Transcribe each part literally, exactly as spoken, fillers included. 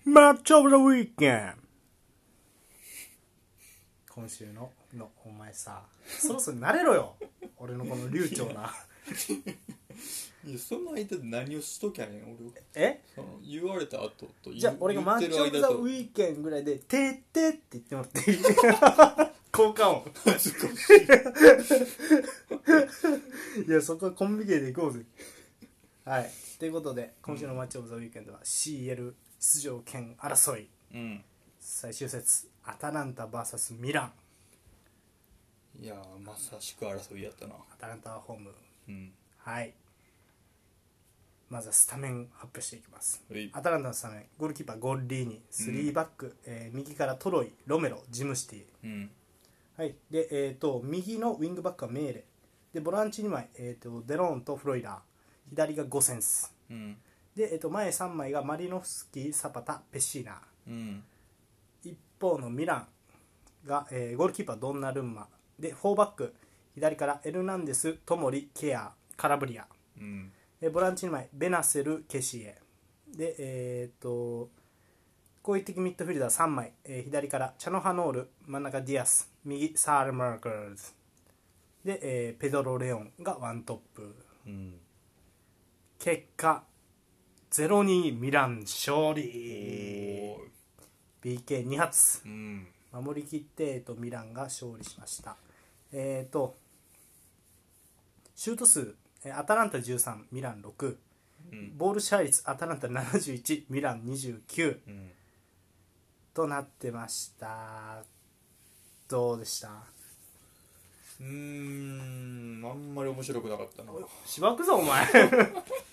マッチオブザウィーケン今週ののお前さそろそろ慣れろよ俺のこの流暢ないやその間で何をしときゃねん俺は。 えその言われた後とじゃあ俺がマッチオブザウィーケンぐらいでてってって言ってもらっていい効果音恥ずかしいやそこはコンビ芸でいこうぜ。はいということで今週のマッチオブザウィーケンドは シーエル 出場権争い、 うん、 最終節アタランタ ブイエス ミラン。 いやまさしく争いやったな。 アタランタはホーム、 うん、 はいまずはスタメン発表していきます。 はい、 アタランタのスタメン、ゴールキーパーゴッリーニ、スリーバック、うんえー、右からトロイ、ロメロ、ジムシティ、 うんはいでえー、と右のウィングバックはメーレで、ボランチにまい、えー、とデローンとフロイラー、左がゴセンス、 うん、 で、えー、と前さんまいがマリノフスキー、サパタ、ペッシーナ、 うん、 一方のミランが、えー、ゴールキーパードンナルンマで、フォーバック左からエルナンデス、トモリ、ケア、カラブリア、 うんでボランチにまいベナセル、ケシエで、えー、と攻撃的ミッドフィルダーさんまい、えー、左からチャノハノール、真ん中ディアス、右サールマーカーズで、えー、ペドロ・レオンがワントップ、 うん、 結果 ゼロたいに ミラン勝利。 ビーケーに 発、 うん、 守りきって、えー、とミランが勝利しました。えー、とシュート数アタランタじゅうさん、ミランろく、うん、ボール支配率アタランタななじゅういち、ミランにじゅうきゅう、うん、となってました。どうでした？ うーんあんまり面白くなかったな。 しばくぞお前なんか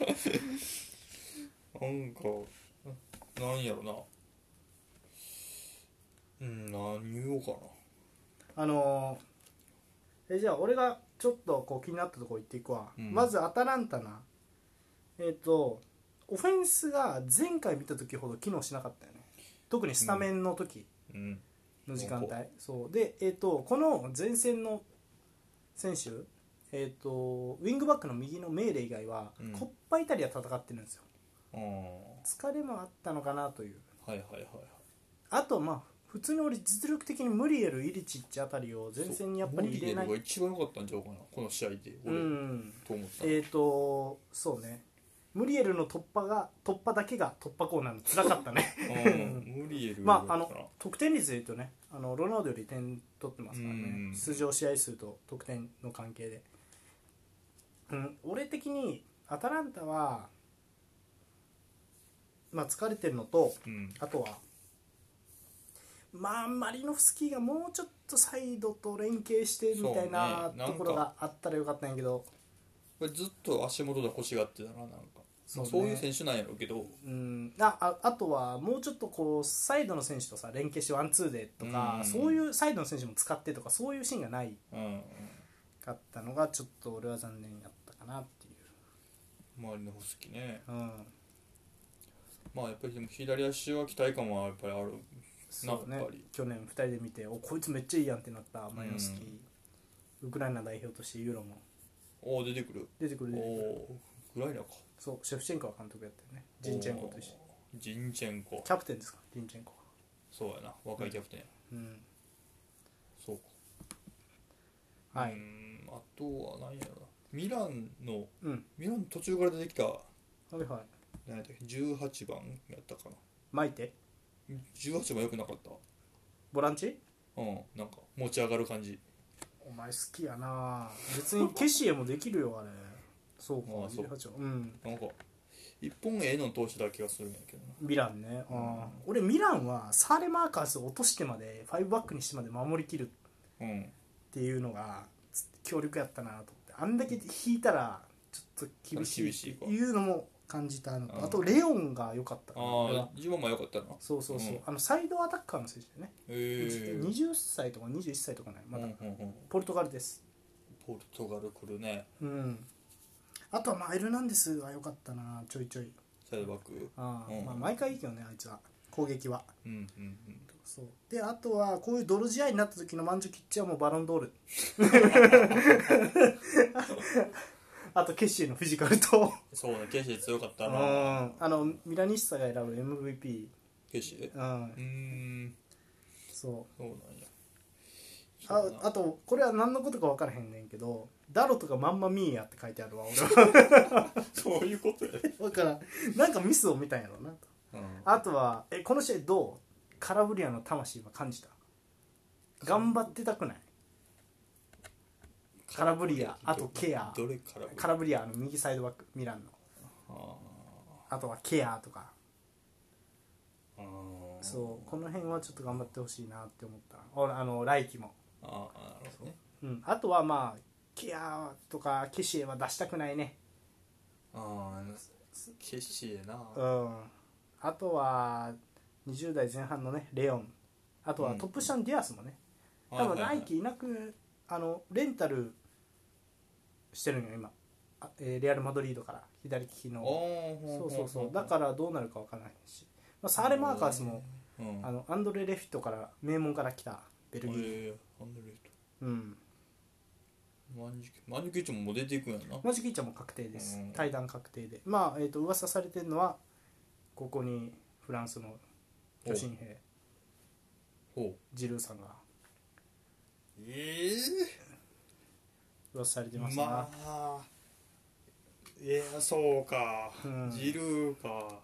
なんやろな、うん何言おうかな。 あのー、えじゃあ俺がちょっとこう気になったところ言っていくわ、うん、まずアタランタな、えっ、ー、とオフェンスが前回見た時ほど機能しなかったよね、特にスタメンの時の時間帯、うんうん、そうで、えー、とこの前線の選手、えー、とウィングバックの右のメーレ以外は、うん、コッパイタリア戦ってるんですよ、うん、疲れもあったのかなという、 はいはいはいはい、 あとまあ普通に俺実力的にムリエル、イリチッチあたりを前線にやっぱり入れない。 ムリエルが一番良かったんちゃうかなこの試合で俺、うん、と思った。 えっ、ー、とそうね、ムリエルの突破が突破だけが突破コーナーの辛かったねムリエルまああの得点率でいうとね、あのロナウドより点取ってますからね、出場試合数と得点の関係で、うん、俺的にアタランタはまあ疲れてるのと、うん、あとはまあマリノフスキーがもうちょっとサイドと連携してみたいな、ね、ところがあったらよかったんやけど、 これずっと足元で欲しがってたな、なんかそう、ね、そういう選手なんやろうけど、 うん、あ, あ, あとはもうちょっとこうサイドの選手とさ連携してワンツーでとか、うん、そういうサイドの選手も使ってとかそういうシーンがない、うん、かったのがちょっと俺は残念だったかなっていう。 マリノフスキーね、 うん、まあやっぱりでも左足は期待感はやっぱりある。 そうね、去年ふたりで見ておこいつめっちゃいいやんってなったマリノフスキー、うん、ウクライナ代表としてユーロもお出てくる出てくる出てくるおウクライナか、 そうシェフチェンコは監督やってるね、ジンチェンコと一緒、 ジンチェンコキャプテンですか、ジンチェンコは。 そうやな、若いキャプテン、うん、うん、そうか、はい、うんあとは何やろな、ミランの、うん、ミラン途中から出てきた、はいはい、何やったっけじゅうはちばんやったかな、 巻いてじゅうはちばん良くなかった、 ボランチ、 うんなんか持ち上がる感じ。 お前好きやな、別にケシエもできるよあれそうか、 じゅうはちばん、 うん、 なんか一本ええの通した気がするんやけどな、 ミランね、うん、俺ミランはサーレマーカーズを落としてまでファイブバックにしてまで守りきるっていうのが強力やったなと思って、あんだけ引いたらちょっと厳しいっていうのも感じたのと、あとレオンが良かったかな、 ああ自分も良かったな、 そうそうそう、うん、あのサイドアタッカーの選手でね、へにじゅっさいとかにじゅういっさいとかね、まだ、うんうんうん、ポルトガルです。 ポルトガル来るね、 うん、あとはまあエルナンデスが良かったな、ちょいちょいサイドバック、 あ、うん、まあ、毎回いいけどね、あいつは攻撃は、うんうんうん、そうで、あとはこういう泥試合になった時のマンジュキッチはもうバロンドールあとケッシーのフィジカルとそうね、ケッシー強かったな、 うん、あのミラニッサが選ぶ エムブイピケシエうん、 うんそうそうなんやあ, あとこれは何のことか分からへんねんけどダロとかまんまミーヤって書いてあるわ俺はそういうことやだからなんかミスを見たんやろうなと、うん、あとはえこの試合どうカラブリアの魂は感じた頑張ってたくないカラブリアあとケアどれカラブリアカラブリアの右サイドバックミランの あ, あとはケアとかあそうこの辺はちょっと頑張ってほしいなって思った俺あの来季もああなるほどね、 うん、あとはまあケアとかケシエは出したくないねああケシエなうんあとはにじゅう代前半のねレオンあとはトップ下のディアスもね、うん、多分来季いなくあのレンタルしてるんよ今あ、えー、レアル・マドリードから左利きのそうそうそうだからどうなるか分からないし、まあ、サーレ・マーカースも、うん、あのアンドレ・レフィットから名門から来たベルギーアンドレ・レフィットうんマンジマンジキッチももう出ていくんやなマンジキッチも確定です、うん、対談確定でまあ、えー、と噂されてるのはここにフランスの巨神兵ジルーさんがええー、 噂されてますなまあいやそうか、うん、ジルーか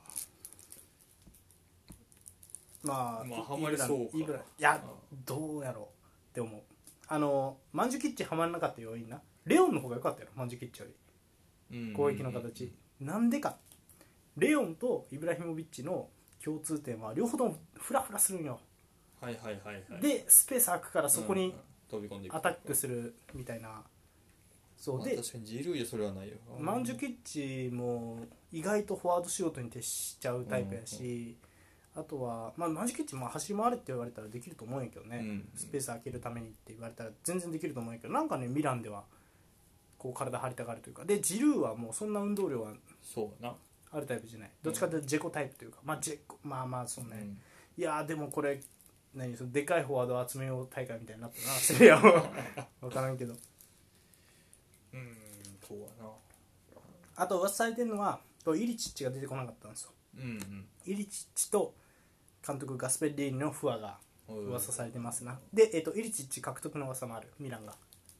まあ、 まあ、ハマりそうかいやどうやろうって思うあのマンジュキッチハマらなかった要因なレオンの方が良かったよマンジュキッチより攻撃の形なんでかレオンとイブラヒモビッチの共通点は両方ともフラフラするんよはいはいはいはいでスペース空くからそこに飛び込んでいくアタックするみたいなそうで、 まあ、確かにジルーじゃそれはないよマンジュキッチも意外とフォワード仕事に徹しちゃうタイプやし、あとは、まあ、マンジュキッチも走り回れって言われたらできると思うんやけどね、うん、スペース空けるためにって言われたら全然できると思うんやけどなんかねミランではこう体張りたがるというかでジルーはもうそんな運動量はそうなあるタイプじゃないどっちかというとジェコタイプというか、まあ、ジェコまあまあそうね、うん、いやでもこれ何そのでかいフォワードを集めよう大会みたいになったなセリアは分からんけどうんそうやなあと噂されてるのはイリチッチが出てこなかったんですよ、うんうん、イリチッチと監督ガスペッリーニのフアが噂されてますなで、えー、とイリチッチ獲得の噂もあるミランが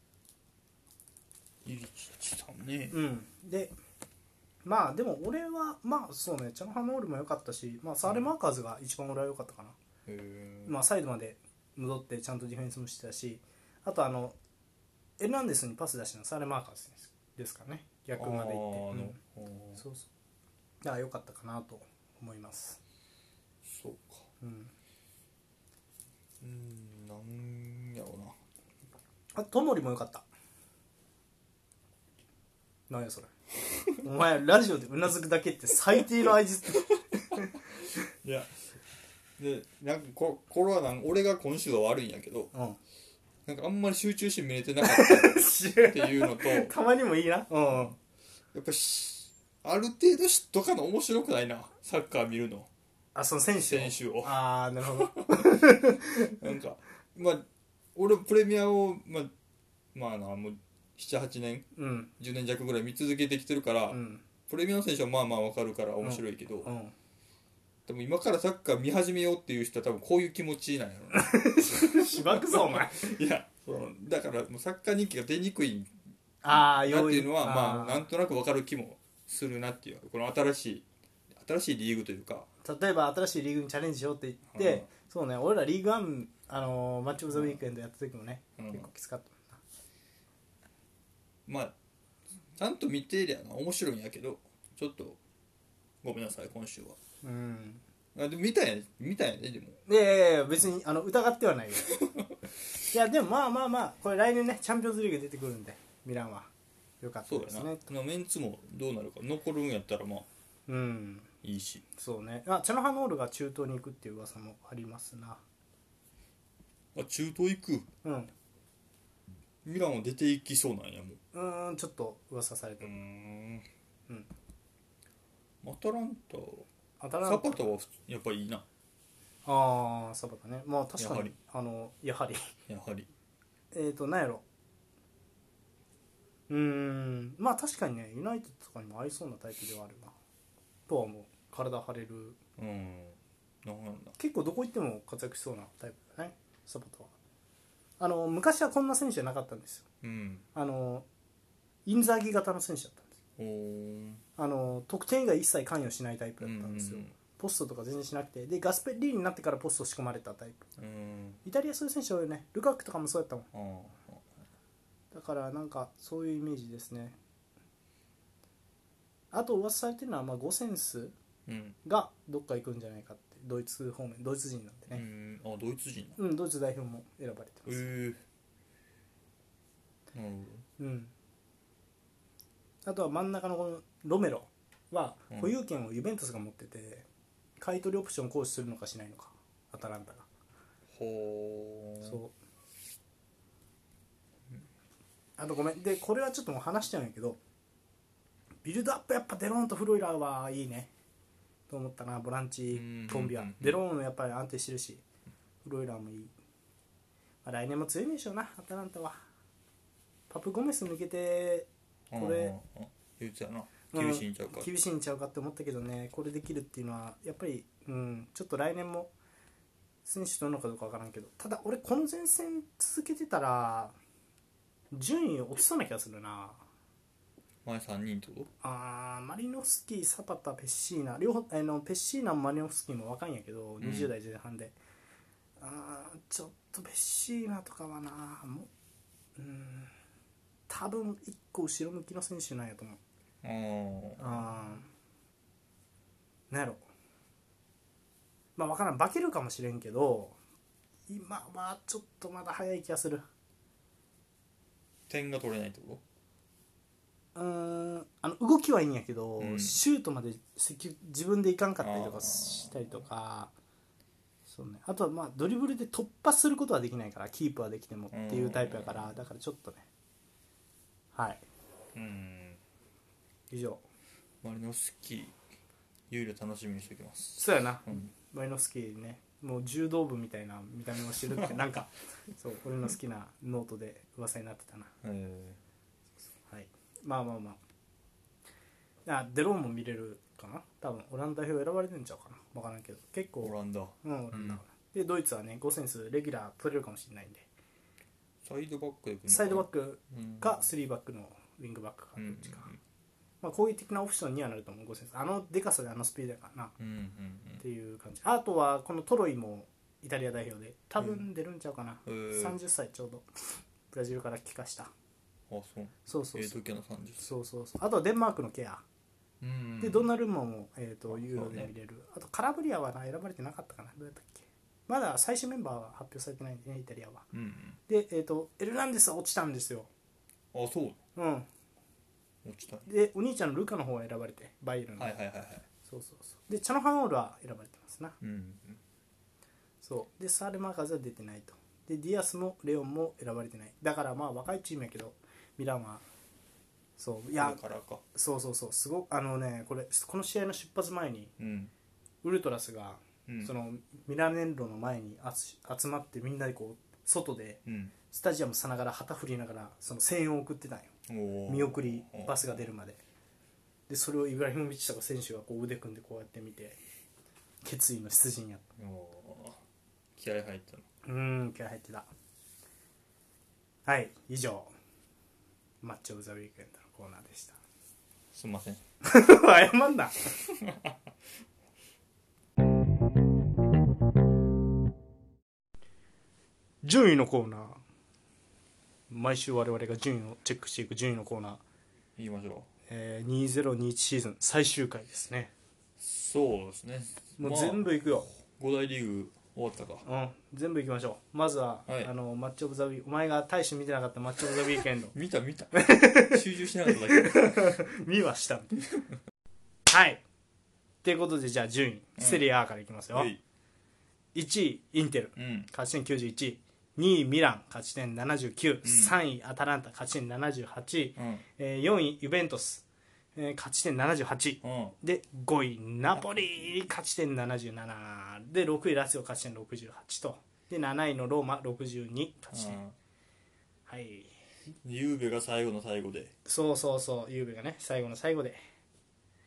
イリチッチさんねうんでまあでも俺はまあそうねチャノハノールも良かったし、まあ、サーレマーカーズが一番俺は良かったかな、うん、まあサイドまで戻ってちゃんとディフェンスもしてたしあとあのエルナンデスにパス出したのサーレマーカーズですですかね逆まで行って、うん、そうそうだから良かったかなと思いますそうかうんうんなんやろうなあともりも良かったなんやそれお前ラジオでうなずくだけって最低の相槌いやでなんかここれはなん俺が今週は悪いんやけど、うん、なんかあんまり集中して見れてなかったっていうのとたまにもいいな、うん、 やっぱしある程度知っとかの面白くないなサッカー見るのあその選手選手をああなるほどなんかまあ俺プレミアをまあまあなもうななはちねん、うん、じゅうねん弱ぐらい見続けてきてるから、うん、プレミアの選手はまあまあ分かるから面白いけど、うんうん、でも今からサッカー見始めようっていう人は多分こういう気持ちなんやろなしばくぞお前いやそのだからもうサッカー人気が出にくいなっていうのはまあなんとなく分かる気もするなっていうこの新しい新しいリーグというか例えば新しいリーグにチャレンジしようって言って、うん、そうね俺らリーグワン、あのー、マッチオブザウィークエンドやった時もね、うん、結構きつかったまあちゃんと見てりゃな面白いんやけどちょっとごめんなさい今週はうんあでも見たんや見たんやねでもいやいやいや別にあの疑ってはないよいやでもまあまあまあこれ来年ねチャンピオンズリーグ出てくるんでミランはよかったですねそうやなメンツもどうなるか残るんやったらまあうんいいしそうねあチャノハノールが中東に行くっていう噂もありますなあ中東行くうんミランは出ていきそうなんやもううーんちょっと噂されてるうーんうんアタランタアタランタサパタはやっぱりいいなああサパタねまあ確かにやはりあのやはりやはりえっと何やろうーんまあ確かにねユナイテッドとかにも合いそうなタイプではあるなとは思う体張れるうんなんだ結構どこ行っても活躍しそうなタイプだねサパタは。あの昔はこんな選手じゃなかったんですよ、うん、あのインザーギ型の選手だったんです。おあの得点以外一切関与しないタイプだったんですよ、うんうんうん、ポストとか全然しなくて、でガスペリーニになってからポスト仕込まれたタイプ、うん、イタリアそういう選手多いよね。ルカクとかもそうやったもん。だからなんかそういうイメージですね。あと噂されてるのはまあゴセンスがどっか行くんじゃないかって、ドイツ方面、ドイツ人なんでね。 うん、あドイツ人な、うん、ドイツ代表も選ばれてます。へえー、なるほど。うん。あとは真ん中のこのロメロは保有権をユベントスが持ってて、買い取りオプションを行使するのかしないのか、アタランタが。ほー。そう。あとごめんでこれはちょっともう話しちゃうんやけど、ビルドアップやっぱデローンとフロイラーはいいねと思ったな。ボランチコンビはデローンやっぱり安定してるし、フロイラーもいい、まあ、来年も強いんでしょうなアタランタは。パプゴメス抜けてこれ言うてたな、厳しいんちゃうか、 うん、厳しいんちゃうかって思ったけどね、これできるっていうのはやっぱり、うん、ちょっと来年も選手取るのかどうかわからんけど、ただ俺この前線続けてたら順位落ちそうな気がするな。 前さんにんってこと？ あーマリノフスキー、サパタ、ペッシーナ両方、あのペッシーナもマリノフスキーも若いんやけど、うん、にじゅう代前半で、あちょっとペッシーナとかはなもう、うん、多分いっこ後ろ向きの選手なんやと思う。ああなんやろ、まあ分からん、化けるかもしれんけど今はちょっとまだ早い気がする。 点が取れないってこと？うーんあの動きはいいんやけど、うん、シュートまで自分でいかんかったりとかしたりとか、そうね、あとはまあドリブルで突破することはできないから、キープはできてもっていうタイプやから、だからちょっとね、はい、うん、以上。 マリノフスキー有利楽しみにしておきます。 そうやな、うん、マリノフスキーね、もう柔道部みたいな見た目をしてるってなんかそう俺の好きなノートで噂になってたな。へー、はい、まあまあまあ、あデローンも見れるかな、多分オランダ代表選ばれてんちゃうかな、分からんけど結構オランダ、 うんオランダ、うん、でドイツはねゴセンスレギュラー取れるかもしれないんで、 サイドバックでサイドバックかスリーバックのウィングバックかどっちか、うんうんうん、まあ、攻撃的なオプションにはなると思う。ゴセンスあのデカさであのスピードやからな、うんうんうん、っていう感じ。あとはこのトロイもイタリア代表で多分出るんちゃうかな、うん、さんじゅっさいちょうどブラジルから帰化した。あそうそうそうそう、 えー、時のさんじゅっさいそうそうそう。あとはデンマークのケア、うんうん、でドンナルンマも、えー、とユーロで見れる、ね、あとカラブリアはな選ばれてなかったかな、どうやったっけ、まだ最終メンバーは発表されてないんでねイタリアは、うんうん、で、えー、とエルナンデスは落ちたんですよ。 あそううん落ちたでお兄ちゃんのルカの方は選ばれてバイエルンの、はいはいはいはい、そうそうそうでチャノハンオールは選ばれてますな、うんうん、そうでサールマーカーズは出てないと。でディアスもレオンも選ばれてない。だからまあ若いチームやけどミランはそういやからかそうそうそうすごくあのねこれこの試合の出発前に、うん、ウルトラスが、うん、そのミラネンロの前に集まってみんなでこう外で、うん、スタジアムさながら旗振りながらその声援を送ってたんよ。見送りバスが出るまでで、それをイブラヒモビッチとか選手がこう腕組んでこうやって見て決意の出陣やった。 気合入ったの。うん気合入ってた。はい、以上マッチオブザウィークエンドのコーナーでした。 すみません謝んな順位のコーナー、毎週我々が順位をチェックしていく順位のコーナー言いましょう、 えー、にせんにじゅういちシーズン最終回ですね。 そうですね、 もう全部いくよ、 まあ、ご大リーグ終わったか、 うん、全部いきましょう。まずは、はい、あのマッチオブザウィーお前が大して見てなかったマッチオブザウィークエンド見た見た集中しなかっただけ見はしたはいということでじゃあ順位、うん、セリアからいきますよ、はい、いちいインテル、うん、勝ち点きゅうじゅういち、にいミラン勝ち点ななじゅうきゅう、うん、さんいアタランタ勝ち点ななじゅうはち、うんえー、よんいユベントス、えー、勝ち点ななじゅうはち、うん、でごいナポリ勝ち点ななじゅうななでろくいラツィオ勝ち点ろくじゅうはちとでなないのローマろくじゅうに勝ち点、うん、はいゆうべが最後の最後でそうそうそうゆうべがね最後の最後で、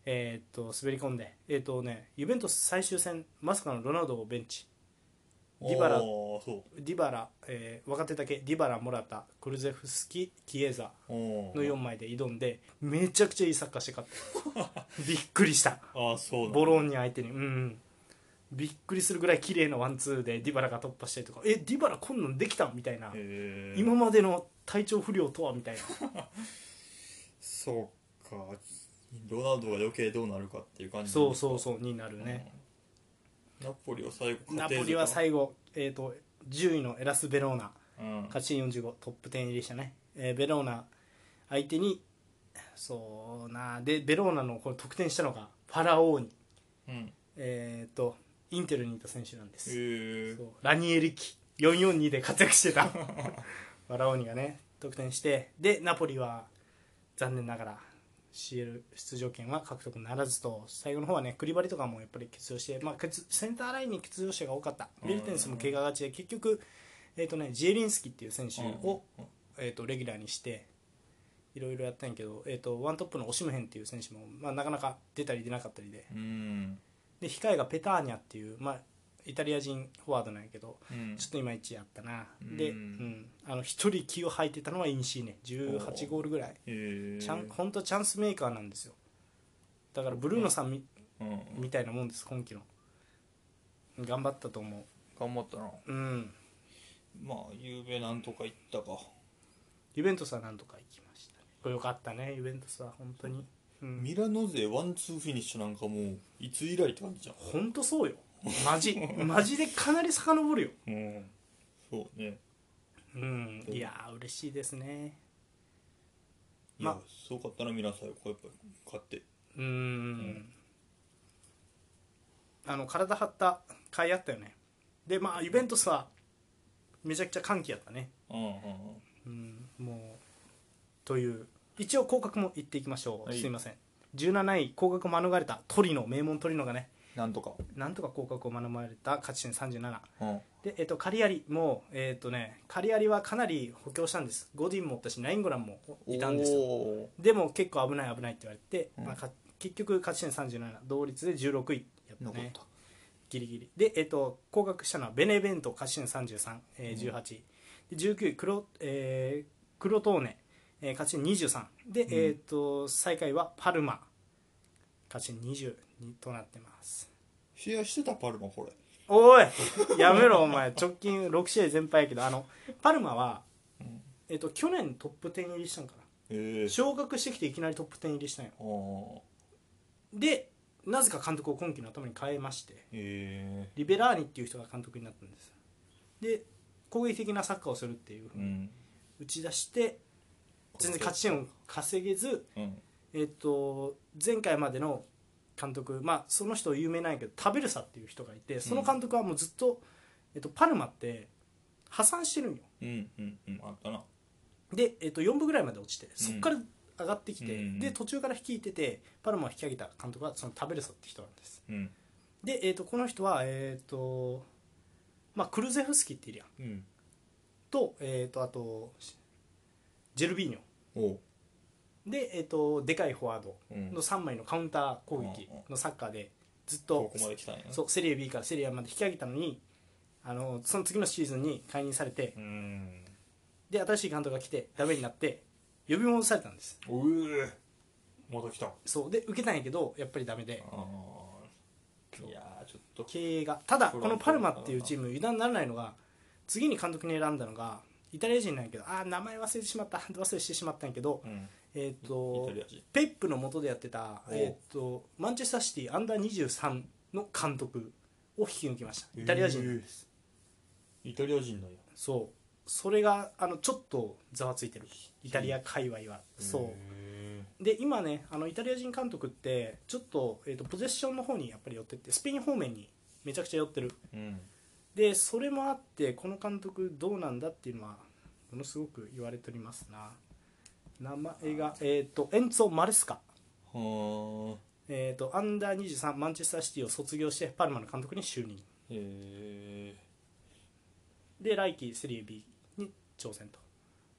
えー、と滑り込んで、えーとね、ユベントス最終戦まさかのロナウドをベンチ、ディバラディバラ、えー、若手だけディバラ、モラタ、クルゼフスキ、キエザのよんまいで挑んでめちゃくちゃいいサッカーして勝ったびっくりした。 あそうなんボローニャ相手に、うん、びっくりするぐらい綺麗なワンツーでディバラが突破したりとか、えディバラこんなんできたみたいな、今までの体調不良とはみたいなそうか、ロナウドが余計どうなるかっていう感じ。 そうそうそうになるね、 うん、ナポリは最後ナポリは最後、えー、とじゅういのエラス・ベローナ、うん、勝ち点よんじゅうご、トップじゅう入りでしたね、えー、ベローナ相手にそうなでベローナのこれ得点したのがファラオーニ、うん、えっ、ー、とインテルにいた選手なんです、そうラニエリキよんよんにで活躍してたファラオーニがね得点して、でナポリは残念ながら シーエル 出場権は獲得ならずと、最後の方はねクリバリとかもやっぱり欠場して、まあ、センターラインに欠場者が多かった。メルテンスも怪我がちで結局、えーとね、ジエリンスキっていう選手を、えーとレギュラーにしていろいろやったんやけど、えーとワントップのオシムヘンっていう選手も、まあ、なかなか出たり出なかったりで、うんで控えがペターニャっていう、まあ、イタリア人フォワードなんやけど、うん、ちょっといまいちやったな、うん、で、うん、あの一人気を吐いてたのはインシーネ、じゅうはちゴールぐらい、本当チャンスメーカーなんですよ。だからブルーノさん み,、うん、みたいなもんです。今季の頑張ったと思う。 頑張ったな。うん。まあゆうべなんとか行ったか。 ユベントスはなんとか行きましたね。これよかったね、ユベントスは本当に、 うん、ミラノ勢ワンツーフィニッシュなんかもういつ以来って感じじゃん。 本当そうよ、マジマジでかなり遡るよ。うん、 そうね。 うん、いやー嬉しいですね。 いや、ま、すごかったな、皆さんこうやっぱ勝って。うーん、うん、 あの体張った甲斐あったよね。でまあユベントスはめちゃくちゃ歓喜やったね。うんうんうん、うん、もうという一応降格も言っていきましょう、はい、すいません。じゅうなない降格を免れたトリノ、名門トリノがねなんとかなんとか降格を免れた勝ち点さんじゅうなな、うん、で、えっと、カリアリも、えっとね、カリアリはかなり補強したんです。ゴディンもおったしナインゴランもいたんですよ。でも結構危ない危ないって言われて、うんまあ、結局勝ち点さんじゅうなな同率でじゅうろくいやったね、ギリギリで、えっと、降格したのはベネベント勝ち点さんじゅうさん、えー、じゅうはちい、でじゅうきゅういクロ、えー、クロトーネ、えー、勝ち点にじゅうさんで、うん、えっと最下位はパルマ勝ち点にじゅうにとなってます。 試合してたパルマこれ。 おいやめろお前直近ろくしあい全敗やけど、あのパルマは、うんえっと、去年トップじゅう入りしたんかな、えー、昇格してきていきなりトップじゅう入りしたんよ。でなぜか監督を今季の頭に変えまして、えー、リベラーニっていう人が監督になったんです。で攻撃的なサッカーをするっていうふうに打ち出して、うん、全然勝ち点を稼げず、うんえっと、前回までの監督、まあ、その人有名なんやけどタベルサっていう人がいて、その監督はもうずっと、えっと、パルマって破産してるんよ、うんうんうん、あったな。で、えっと、よんぶぐらいまで落ちてそこから上がってきて、うん、で途中から率いててパルマを引き上げた監督はそのタベルサって人なんです、うん、で、えっと、この人は、えっとまあ、クルゼフスキっているやん、うん、と、えっと、あとジェルビーニョで、えー、とでかいフォワードのさんまいのカウンター攻撃のサッカーでずっとここまで来たんやな。 そうセリエ B からセリエ A まで引き上げたのに、あのその次のシーズンに解任されて、うんで新しい監督が来てダメになって呼び戻されたんです。 おえまた来た。 そうで受けたんやけどやっぱりダメで、あいやちょっと経営がただこのパルマっていうチーム油断にならないのが、次に監督に選んだのがイタリア人なんやけど、あ名前忘れてしまった忘れしてしまったんやけど、うんえー、とペップの下でやってた、えー、とマンチェスターシティアンダーにじゅうさんの監督を引き抜きました。イタリア人なんです。 イタリア人なんや。 そうそれがあのちょっとざわついてるイタリア界隈は。そうで今ねあのイタリア人監督ってちょっと、えー、とポゼッションの方にやっぱり寄ってってスペイン方面にめちゃくちゃ寄ってる、うん、でそれもあってこの監督どうなんだっていうのはものすごく言われておりますな。名前が、えー、とエンツォ・マレスカ、はえー、とアンダーにじゅうさんマンチェスターシティを卒業してパルマの監督に就任、へで来季セリエ B に挑戦と、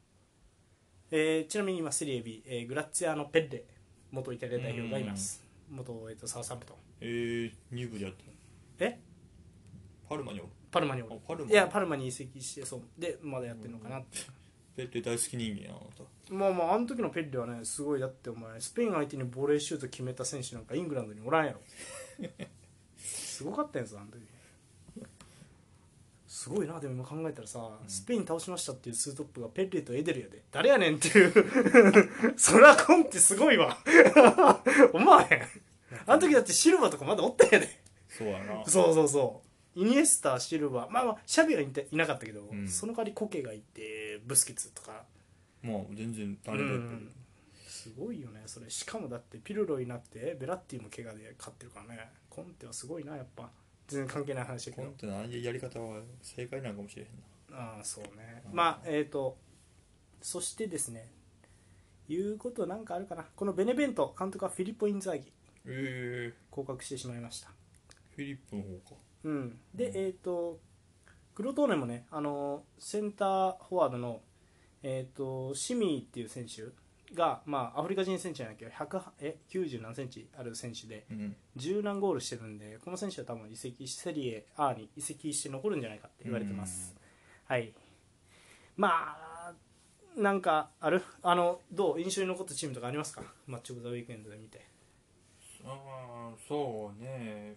えー、ちなみに今セリエ B、えー、グラッツィアーノ・ペッレ元イタリア代表がいます、 元、えー、とサウサンプトン。 えー、に部でやってる。 えパルマにおる。 パルマにおる。 パルマいやパルマに移籍して、そうでまだやってるのかなって。 ペッレ大好き人間やな、あなた。 まあまああの時のペッレはねすごい。だってお前スペイン相手にボレーシュート決めた選手なんかイングランドにおらんやろすごかったやつあの時。すごいな。でも今考えたらさ、うん、スペイン倒しましたっていうツートップがペッレとエデルやで、誰やねんっていうそらコンってすごいわ思わへん。あの時だってシルバとかまだおったやで。 そうやな。 そうそうそう、イニエスタ、シルバ、まあまあシャビはいなかったけど、うん、その代わりコケがいてブスケツとか、 まあ全然誰だったけど、うん、 すごいよねそれ。しかもだってピルロになってベラッティも怪我で勝ってるからね。コンテはすごいなやっぱ。全然関係ない話だけど、 コンテのやり方は正解なのかもしれへんな。ああそうね。まあえっ、ー、とそしてですね、言うことなんかあるかな。このベネベント監督はフィリッポ・インザーギ、 えー、 降格してしまいました。 フィリップの方か。 うんで、うん、えっ、ー、とクロトーネもね、あのセンターフォワードのえっ、ー、とシミーっていう選手が、まあ、アフリカ人選手じゃなきゃひゃくえきゅうじゅう何センチある選手で、うん、じゅう何ゴールしてるんで、この選手は多分移籍しセリエ A に移籍して残るんじゃないかって言われてます、うん、はい。まあなんかあるあのどう印象に残ったチームとかありますか、マッチオブザウィークエンドで見て。 ああそうね、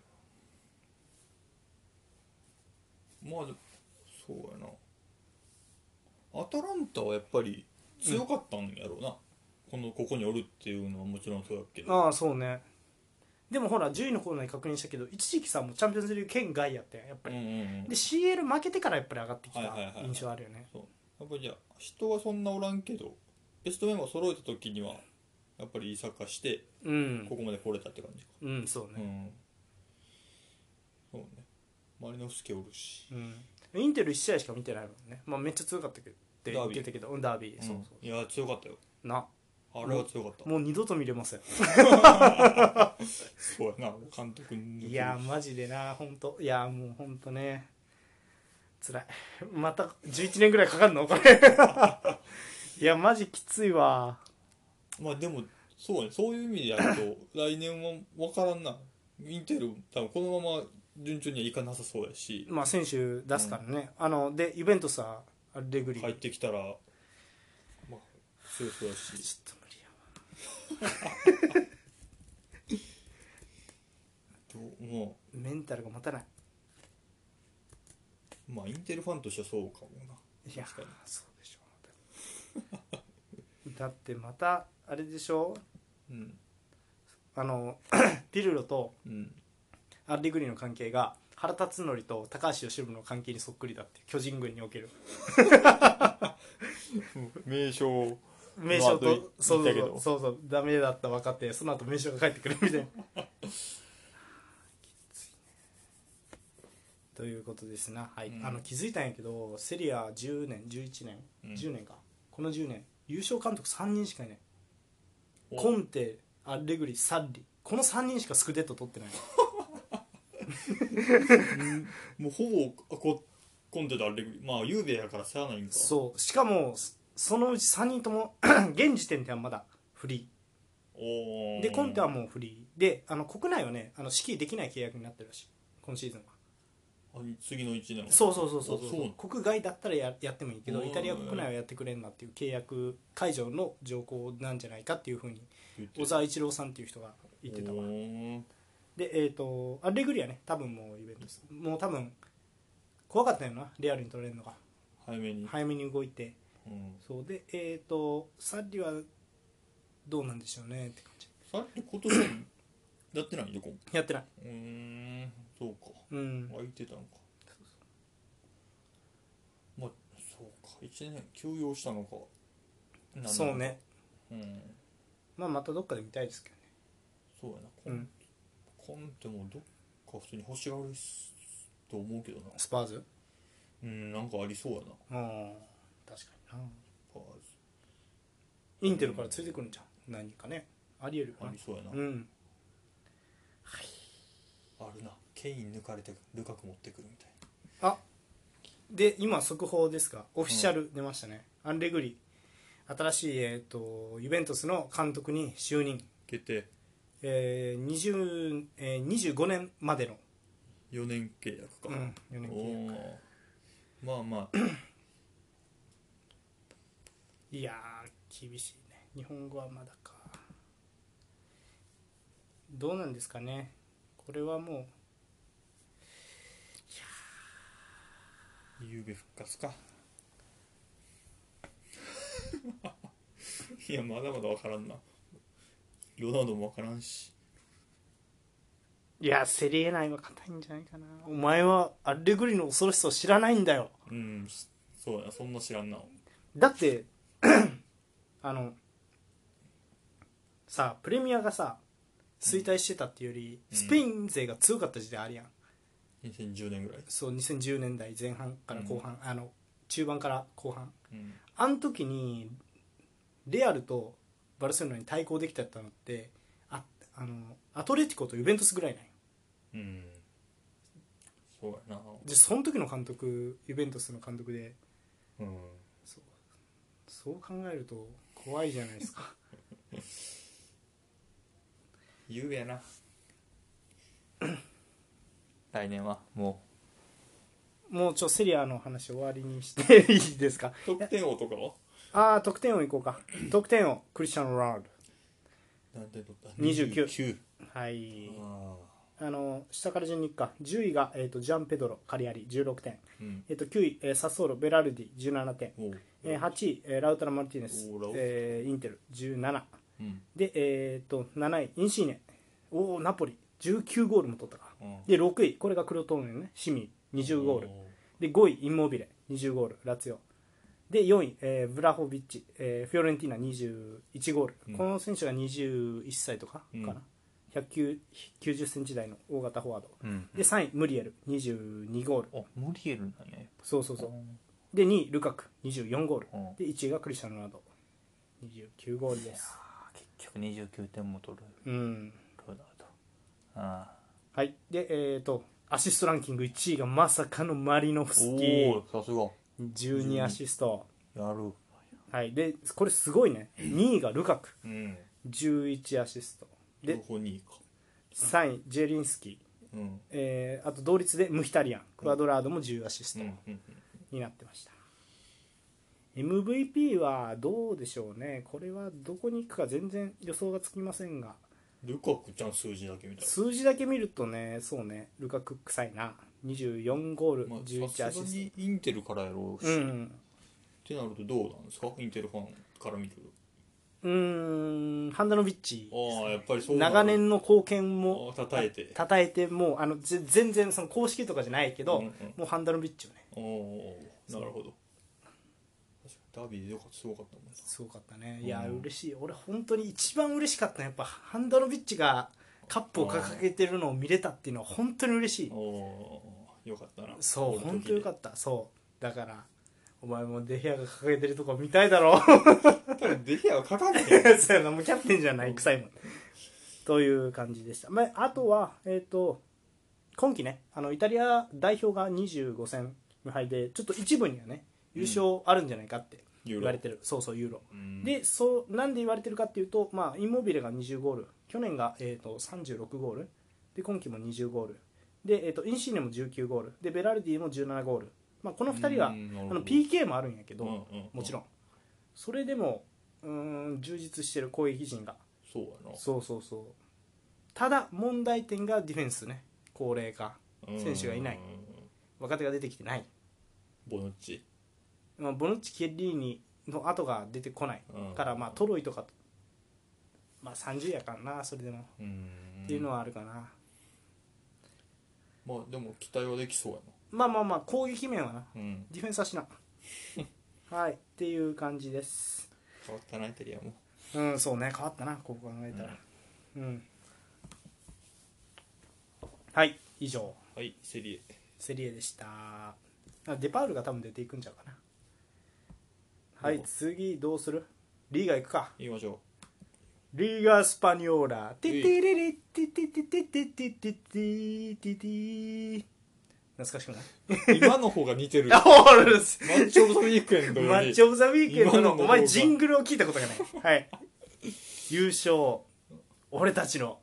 まあそうやな、アタランタはやっぱり強かったんやろうな、うんこのここにおるっていうのはもちろんそうだけど。 ああそうね。でもほらじゅういのコーナーに確認したけど一時期さもうチャンピオンズリーグ圏外やったやんやっぱり、うんうんうん、で シーエル 負けてからやっぱり上がってきた印象あるよね。 そうやっぱりじゃあ人はそんなおらんけどベストメンバー揃えた時にはやっぱりいいサッカーして、うん、ここまで来れたって感じか。 うんそうね、 うん、そうね。マリノフスケおるし、 うん、インテルいち試合しか見てないもんね。まあめっちゃ強かったけどって言ってたけど、うん、ダービー、うん、そうそう、 いや強かったよな。 あれは強かった。 もう二度と見れませんそうやな監督に。 いやマジでな本当。いやもう本当ね辛い。またじゅういちねんぐらいかかるのこれいやマジきついわ。 まあでもそうね、そういう意味でやると来年は分からんな。インテル多分このまま順調にはいかなさそうやし、 まあ選手出すからね、うん、あのでイベントさレグリ入ってきたらまあ強そうだしちょっとどうもうメンタルが持たない。 まあインテルファンとしてはそうかもな。 いや確かにそうでしょうだってまたあれでしょ、うん、あのピルロとアレグリの関係が原辰徳と高橋由伸の関係にそっくりだって巨人軍における名称名称と、そうそうそうそうそうダメだった分かってその後名称が返ってくるみたいなきついね。ということですな、はい、うん、あの気づいたんやけどセリアじゅうねんじゅういちねん、うん、じゅうねんか、このじゅうねん優勝監督さんにんしかいない。コンテ、アレグリ、サッリ、このさんにんしかスクデット取ってないもうほぼコンテとアレグリ、まあユーベやからしゃあないんか。 そうしかもそのうちさんにんとも現時点ではまだフリーで、コンテはもうフリーで、あの国内はねあの支給できない契約になってるらしい今シーズンは。 あ次のいちねんはそうそうそうそうそうそう国外だったら や, やってもいいけどイタリア国内はやってくれんなっていう契約解除の条項なんじゃないかっていうふうに小沢一郎さんっていう人が言ってたわ。でえっ、ー、とアレグリはね多分もうイベントです。もう多分怖かったよなレアルに取れるのが早めに早めに動いて、うん、そうでえっ、ー、とサッリはどうなんでしょうねって感じ。 サッリ今年やってないよ今やってない。 うーんそうか、うん、空いてたのか。まあそうかいちねん休養したのか。 そうね、うん、まあまたどっかで見たいですけどね。 そうやなコン、うん、コンテもどっか普通に欲しがると思うけどな。 スパーズうんなんかありそうやな。 あ確かにな。スパーズインテルからついてくるんじゃん、うん、何かねありえるありそうやな。 うんはいあるな。ケイン抜かれてルカク持ってくるみたいな。あで今速報ですがオフィシャル出ましたね、うん、アンレグリ新しい、えー、とユベントスの監督に就任決定。 えーにじゅうえー、にじゅうごねんまでのよねん契約か、 うん、よねん契約。 まあまあいやー厳しいね。日本語はまだか。どうなんですかねこれはもう。 ゆうべ復活かいやまだまだ分からんな。ロナウドも分からんし。 いやセリエ内は硬いんじゃないかな。お前はアレグリの恐ろしさを知らないんだよ。 うんそうやそんな知らんな。 だってあのさプレミアがさ衰退してたっていうより、うん、スペイン勢が強かった時代あるやん。 にせんじゅうねんぐらい。 そうにせんじゅうねんだいぜん半から後半、うん、あの中盤から後半、 うん、 あの時にレアルとバルセロナに対抗できたのってああのアトレティコとユベントスぐらいなんよ。 うんそうやな。 でその時の監督ユベントスの監督で、 うん、 そうそう考えると怖いじゃないですか言うやな来年はもうもうちょセリアの話終わりにしていいですか。 得点王とかはああ得点王いこうか得点王クリスチャン・ロナウド何点取ったにじゅうきゅう。 にじゅうきゅうはいあの下から順にいくか。じゅういが、えー、とジャン・ペドロカリアリじゅうろくてん、うんえー、ときゅうい、えー、サッソーロベラルディじゅうななてん、えー、はちい、えー、ラウタラ・マルティネス、えー、インテルじゅうなな、うん、で、えー、となないインシーネおナポリじゅうきゅうゴールも取ったか、うん、でろくいこれがクロトーネねシミにじゅうゴールでごいインモービレにじゅうゴールラツィオでよんい、えー、ブラホビッチ、えー、フィオレンティーナにじゅういちゴール、うん、この選手がにじゅういっさいとかかな、うん、ひゃくきゅうじゅっセンチ台の大型フォワード、うん、でさんいムリエルにじゅうにゴール。 あムリエルなんや。 そうそうそうでにいルカクにじゅうよんゴールでいちいがクリスチャン・ロナウドにじゅうきゅうゴールです。 結局にじゅうきゅうてんも取る。 うんロナウドあはいでえっ、ー、とアシストランキングいちいがまさかのマリノフスキー。 おさすがじゅうにアシストやる。 はいでこれすごいねにいがルカク、うん、じゅういちアシストでさんいジェリンスキー、うんえー、あと同率でムヒタリアンクアドラードもじゅうアシストになってました。 エムブイピー はどうでしょうね。これはどこに行くか全然予想がつきませんがルカクちゃん数字だけ見たら数字だけ見るとねそうねルカク臭いな。にじゅうよんゴール、まあ、じゅういちアシスト。さすがにインテルからやろうし、うん、ってなるとどうなんですかインテルファンから見る。 うーんハンダノビッチ、 ああやっぱりそう長年の貢献もたたえてたたえてもうあの全然その公式とかじゃないけど、うんうん、もうハンダノビッチよね。 おおなるほど。ダービーでよかったすごかったもんね。 すごかったね。いや、うん、嬉しい。俺本当に一番嬉しかったのはやっぱハンダノビッチがカップを掲げてるのを見れたっていうのは本当に嬉しい。 およかったな。 そう本当よかった。そうだからお前もデヒアが掲げてるとこ見たいだろう多分デヒアは掲げてるそうやなもうキャプテンじゃない臭いもんという感じでした。まあ、あとはえっ、ー、と今季ねあのイタリア代表がにじゅうごせん無敗でちょっと一部にはね優勝あるんじゃないかって言われてる、うん、そうそうユーロ、うん、でそうなんで言われてるかっていうと、まあ、インモビレがにじゅうゴール去年が、えー、とさんじゅうろくゴールで今季もにじゅうゴールで、えー、とインシーネもじゅうきゅうゴールでベラルディもじゅうななゴール、まあ、このふたりはあの ピーケー もあるんやけど、うんうんうん、もちろんそれでもうーん充実してる攻撃陣がそうやな。 そうそうそうただ問題点がディフェンスね。高齢化選手がいない若手が出てきてないボヌッチ、 まあ、ボヌッチケッリーニの後が出てこないから、まあ、トロイとか、まあ、さんじゅうやからなそれでもうんっていうのはあるかな。 まあでも期待はできそうやな。 まあまあまあ攻撃面はな、うん、ディフェンスはしなはいっていう感じです。 変わったなイタリアも。 うんそうね変わったなこう考えたらうん、うん、はい以上はいセリエセリエでした。デパウルが多分出ていくんちゃうかな。はい次どうする。リーガ行くか。 行きましょう。リーガスパニョーラテテレレテテテテテテテテテテ懐かしくない今の方が似てるマッチオブザウィークエンドよりマッチオブザウィークエンドのお前ジングルを聞いたことがないはい優勝俺たちの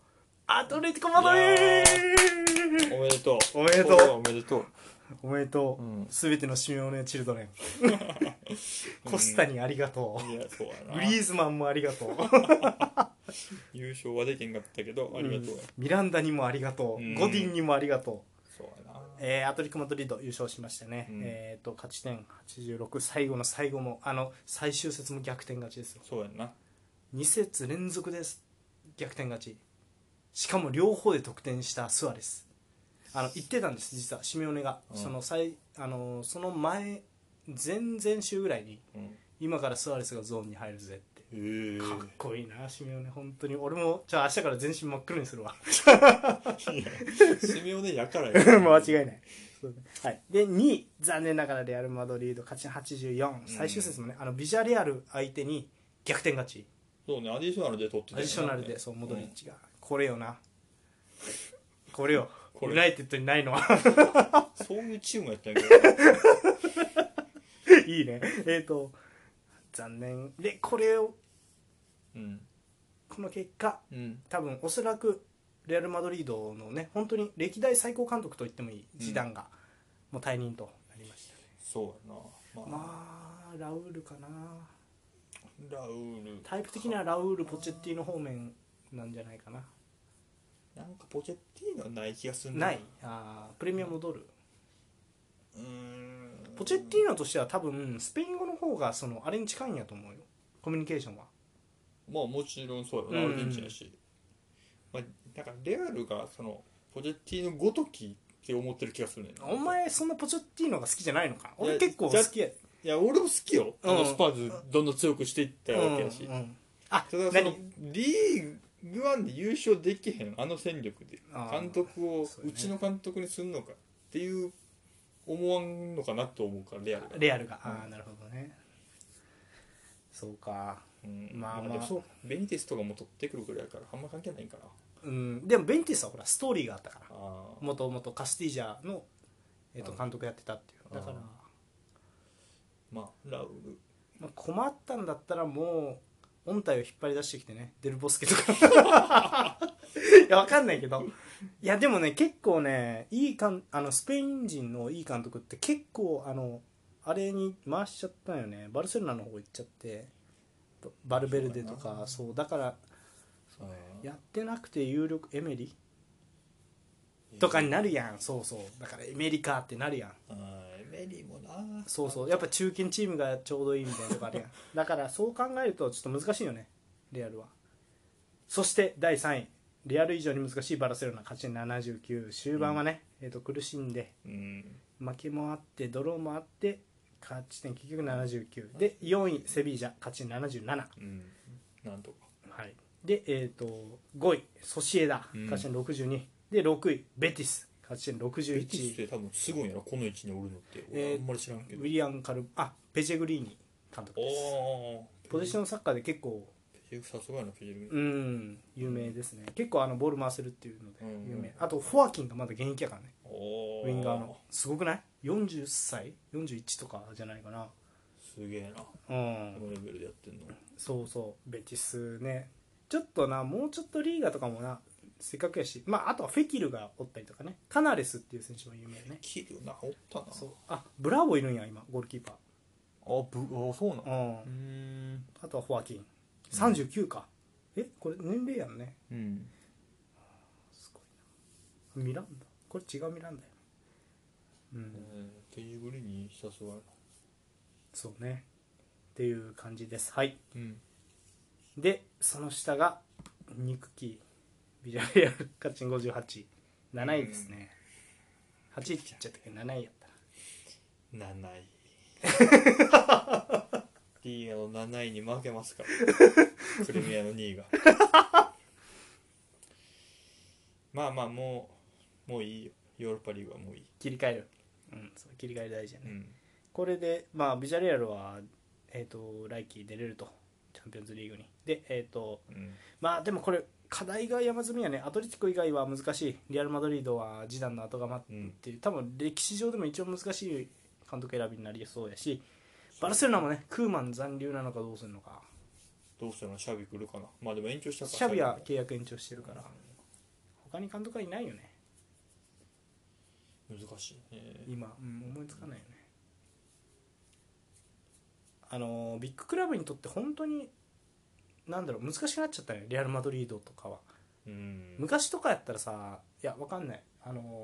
アトレティコマドリードおめでとうおめでとうおめでとうおめでとう、うん、全てのシメオネ・チルドレンコスタにありがとう、うん、いやそうやなグリーズマンもありがとう優勝はできんかったけどありがとう、うん、 ミランダにもありがとう、うん、ゴディンにもありがとう、 そうやな、 えー、アトレティコマドリード優勝しましたね、うん、えーと勝ち点はちじゅうろく、最後の最後もあの最終節も逆転勝ちですよ。 そうやな、 に節連続です逆転勝ち、しかも両方で得点したスアレス、あの言ってたんです実はシメオネが、うん、その最あのその前前々週ぐらいに、うん、今からスアレスがゾーンに入るぜって、へーかっこいいなシメオネ本当に。俺もじゃあ明日から全身真っ黒にするわシメオネやからや間違いないそうね、はい、でにい残念ながらレアル・マドリード勝ちはちじゅうよん、うん、最終節もねあのビジャレアル相手に逆転勝ち、 そうね、アディショナルで取ってた、ね、 アディショナルでそうモドリッチが、うん、これよなこれよユナイテッドにないのはそういうチームやったんやけどいいね。えっ、ー、と残念でこれを、うん、この結果、うん、多分おそらくレアル・マドリードのね本当に歴代最高監督と言ってもいいジダンが、もう退任となりましたね。 そうやな、 まあ、まあ、ラウールかな、 ラウールタイプ的にはラウール・ポチェッティの方面なんじゃないかな。 なんかポチェッティーノはない気がするない、あプレミアムドル、うーんポチェッティーノとしては多分スペイン語の方がそのあれに近いんやと思うよ、コミュニケーションは。 まあもちろんそうやな、アルゼンチンやし、まあ、だからレアルがそのポチェッティーノごときって思ってる気がするね。 お前そんなポチェッティーノが好きじゃないのか。俺結構好きや。いや俺も好きよ、あのスパーズどんどん強くしていったわけやし、うんうん、あただそのリーグワンで優勝できへんあの戦力で監督をうちの監督にするのかっていう思わんのかなと思うからレアルがレアルが、うん、ああなるほどね、そうか、うん、まあまあ、まあ、でもそうベニテスとかも取ってくるくらいやからあんま関係ないんかな。 うん、でもベニテスはほらストーリーがあったからもともとカスティージャの、えー、と監督やってたっていうだからまあラウル、 まあ、困ったんだったらもう音体を引っ張り出してきてねデルボスケとかいやわかんないけどいやでもね結構ねいいかんあのスペイン人のいい監督って結構あのあれに回しちゃったんよね。バルセロナの方行っちゃってバルベルデとかそうだからやってなくて有力エメリとかになるやん。そうそうだからエメリかってなるやん。 あエメリもなそうそうやっぱ中堅チームがちょうどいいみたいなとこあるやんだからそう考えるとちょっと難しいよねレアルは。そしてだいさんいレアル以上に難しいバルセロナ勝ちななじゅうきゅう、終盤はね、うんえー、と苦しんで、うん、負けもあってドローもあって勝ち点結局ななじゅうきゅうでよんいセビージャ勝ちななじゅうなな、うん、 なんとか、 はい、で、えー、とごいソシエダ勝ち点ろくじゅうに、うん、でろくいベティス勝ち点ろくじゅういち。 ベティスって多分すごいんやろこの位置におるのって俺あんまり知らんけど、 ウィリアン・カルあペジェグリーニ監督です。ポジションサッカーで結構さすがのペジェグリーニうん有名ですね、うん、結構あのボール回せるっていうので有名、うん、あとフォアキンがまだ現役やからねウィンガーのすごくないよんじゅっさいよんじゅういちとかじゃないかな。 すげえな、 うん、 このレベルでやってんの。 そうそうベティスねちょっとなもうちょっとリーガとかもなせっかくやし、まあ、あとはフェキルがおったりとかねカナレスっていう選手も有名ね。 フェキルなおったな。 そうあブラボーいるんや今ゴールキーパー。 あぶあそうなの、うん、うんあとはフォアキンさんじゅうきゅうか、うん、えこれ年齢やんね。うんすごいな。ミランダこれ違うミランダやうん、ペジグリにしたすごいな。 そうねっていう感じです。はい、うん、でその下が憎きビジャレアル勝ちごじゅうはち、なないですね、うん、はちいって言っちゃったけどなないやったなないリーガのなないに負けますからプレミアのにいがまあまあもうもういいよヨーロッパリーグはもういい切り替える、うん、そう切り替え大事やね、うん、これでまあビジャレアルはえっ、ー、と来季出れるとチャンピオンズリーグにでえっ、ー、と、うん、まあでもこれ課題が山積みやね。アトレティコ以外は難しい。リアルマドリードはジダンの後釜っていう、うん、多分歴史上でも一番難しい監督選びになりそうやし、バルセロナもねクーマン残留なのかどうするのか。 どうするのシャビ来るかな。まあでも延長したからシャビは契約延長してるから、 他に監督はいないよね難しいね今、うん、思いつかないよね。あのビッグクラブにとって本当になんだろう難しくなっちゃったねレアル・マドリードとかは、うん、昔とかやったらさいやわかんないあの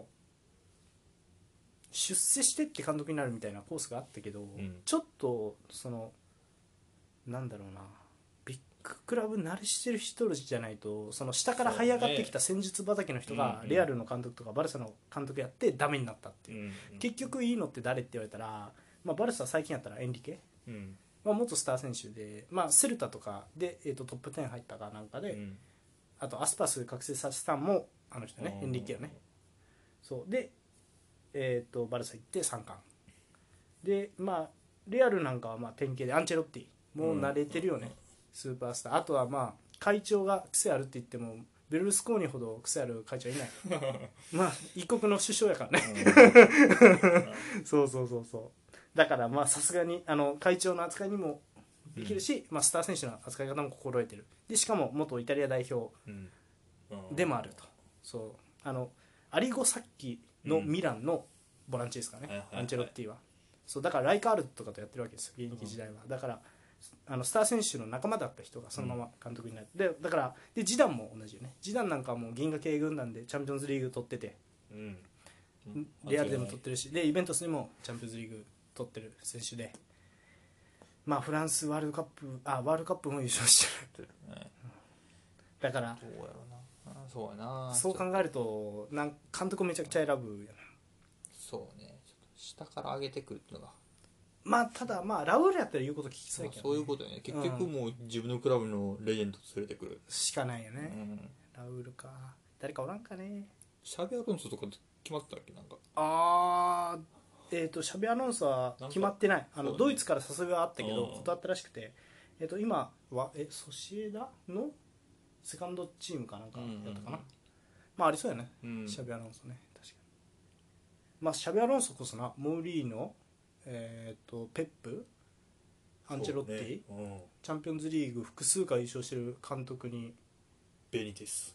出世してって監督になるみたいなコースがあったけど、うん、ちょっとそのなんだろうなビッグクラブ慣れしてる人じゃないとその下から這い上がってきた戦術畑の人がレアルの監督とかバルサの監督やってダメになったっていう、うんうん、結局いいのって誰って言われたら、まあ、バルサ最近やったらエンリケ、うんまあ、元スター選手で、まあ、セルタとかで、えー、とトップじゅう入ったかなんかで、うん、あとアスパス覚醒させたんもあの人ねエンリケよねそうで、えー、とバルサ行ってさん冠でまあレアルなんかはまあ典型でアンチェロッティもう慣れてるよね、うん、スーパースターあとはまあ会長が癖あるって言ってもベルルスコーニほど癖ある会長いないまあ一国の首相やからねそうそうそうそうだからまあさすがにあの会長の扱いにもできるし、うんまあ、スター選手の扱い方も心得てるでしかも元イタリア代表でもあると、うん、そうあのアリゴサッキのミランのボランチですからね、うん、アンチェロッティはそうだからライカールとかとやってるわけですよ現役時代は、うん、だからあのスター選手の仲間だった人がそのまま監督になる、うん、でだからでジダンも同じよねジダンなんかはもう銀河系軍団でチャンピオンズリーグ取ってて、うんうん、レアルでも取ってるしでイベントスでもチャンピオンズリーグ取ってる選手でまあフランスワールドカップあワールドカップも優勝してる、ね、だからそうやろなそうやなそう考えるとなん監督めちゃくちゃ選ぶやなそうねちょっと下から上げてくるっていうのがまあただまあラウールやったら言うこと聞きそうやけど、 ね、そういうことやね結局もう自分のクラブのレジェンド連れてくる、 しかないよね、うん、ラウールか誰かおらんかねシャビアロンソとか決まってたっけなんかあーえー、とシャビアロンソは決まってないあの、ね、ドイツから誘いはあったけど断ったらしくて、えー、と今はえソシエダのセカンドチームかなんかやったかな、うんうんうん、まあありそうやね、うん、シャビアロンソね確かにまあシャビアロンソこそなモーリーノ、えー、とペップアンチェロッティ、ねうん、チャンピオンズリーグ複数回優勝してる監督にベニテス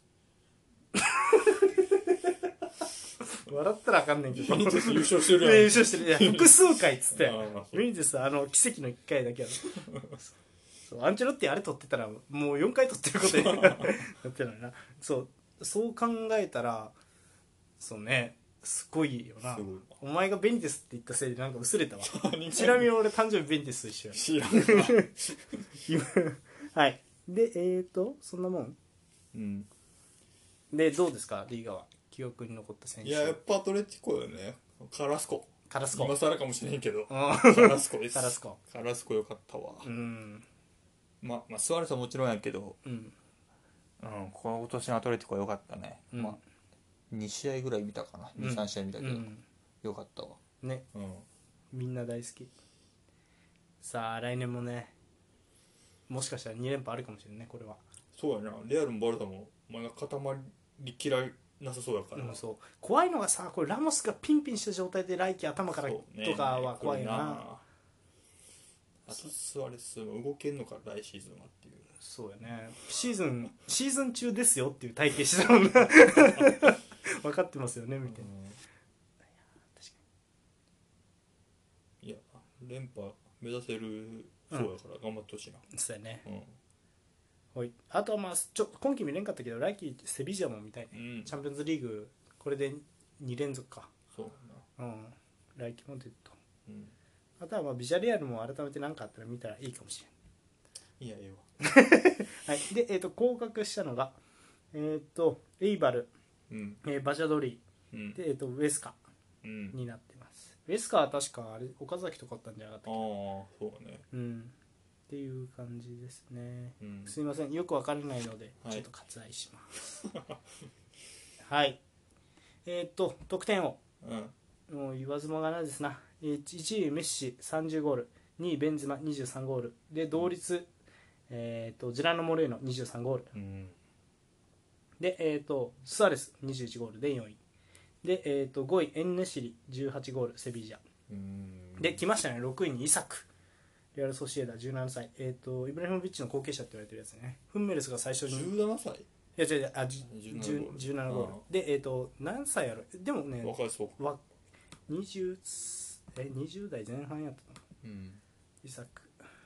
笑ったらあかんねんけどベニテス優勝してるやん優勝してるいや複数回っつってベニテスあの奇跡のいっかいだけやろそうアンチェロッティあれ取ってたらもうよんかい取ってることになってるのになそうそう考えたらそうねすごいよなお前がベニテスって言ったせいでなんか薄れたわちなみに俺誕生日ベニテスと一緒や知らんはいでえーとそんなもんうんでどうですかリーガは記憶に残った選手いややっぱアトレティコよねカラスコカラスコ今更かもしれんけどカラスコですカラスコカラスコよかったわうんまあ、まあ、スアレスはもちろんやけどうん、うん、今年のアトレティコはよかったね、うんまあ、に試合ぐらい見たかな、うん、にさん試合見たけど、うん、よかったわね、うん、みんな大好きさあ来年もねもしかしたらに連覇あるかもしれないねこれはそうやなレアルもバルサもお前が固まりきらなさそうやから、 うん、そう怖いのがさこれラモスがピンピンした状態で来季頭からとかは怖いな、ね、 あとスアレスも動けんのか来シーズンはっていうそうやねシーズンシーズン中ですよっていう体型してたもんな分かってますよねみたいな、うん、確かにいや連覇目指せるそうやから頑張ってほしいな、 うん、そうやね、うんはい、あとはまあちょ今季見れんかったけど来季セビジャも見たいね、うん、チャンピオンズリーグこれでに連続かそうな、うん、来季も出ると、うん、あとはまあビジャレアルも改めて何かあったら見たらいいかもしれんいやいいわはいでえっ、ー、と降格したのがえっ、ー、とエイバル、うんえー、バジャドリー、うん、でえっ、ー、とウェスカになってます、うん、ウェスカは確かあれ岡崎とかあったんじゃなかったっけああそうねうんっていう感じですね、うん、すいませんよく分からないのでちょっと割愛します、はい、はいえー、っと得点を、うん、もう言わずもがなですな、いちいメッシさんじゅうゴールにいベンゼマにじゅうさんゴールで同率、うんえー、っとジェラノ・モレーノにじゅうさんゴール、うん、で、えー、っとスアレスにじゅういちゴールでよんいで、えー、っとごいエンネシリじゅうはちゴールセビージャ、うん、で来ましたねろくいにイサクレアルソシエダじゅうななさい、えー、とイブラヒモビッチの後継者って言われてるやつねフンメルスが最初にじゅうななさいいや違う違う、あじゅうじゅうななゴールで、えっ、ー、と何歳やろ、でもね若いそうわにじゅうえにじゅう代前半やったの、 うん、 イサク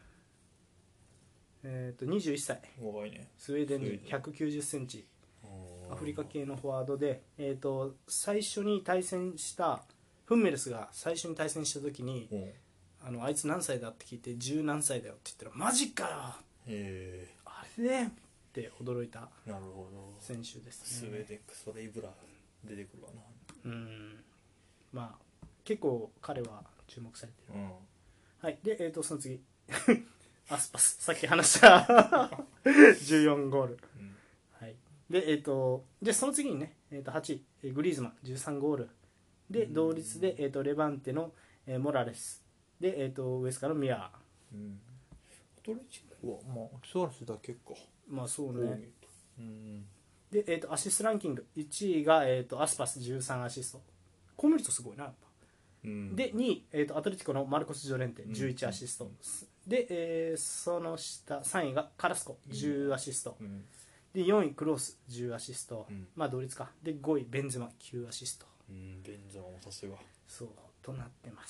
えっ、ー、とにじゅういっさい、 若いね、 スウェーデン人ひゃくきゅうじゅっセンチ、アフリカ系のフォワードで、えー、と最初に対戦したフンメルスが最初に対戦した時に、あのあいつ何歳だって聞いてじゅう何歳だよって言ったらマジかよ、 へあれでって驚いたなるほど選手ですね。 スウェーデンクソレイブラ出てくるわな。 うんまあ結構彼は注目されてる、うん、はいで、えー、とその次アスパスさっき話したじゅうよんゴール、うん、はいでえっ、ー、とでその次にね、えー、とはちいグリーズマンじゅうさんゴールで、同率で、えー、とレバンテの、えー、モラレスで、えー、とウエスカのミアー、うん、 アトレチックはまあソアレスだけか、 まあそうね、うん、で、えー、とアシストランキングいちいが、えー、とアスパスじゅうさんアシスト、コミュリトすごいなやっぱ、うん、でにい、えー、とアトレティコのマルコス・ジョレンテじゅういちアシスト、うん、で、えー、その下さんいがカラスコじゅうアシスト、うん、でよんいクロースじゅうアシスト、うん、まあ同率かでごいベンゼマきゅうアシスト、 うん、ベンゼマもさすがそうとなってます、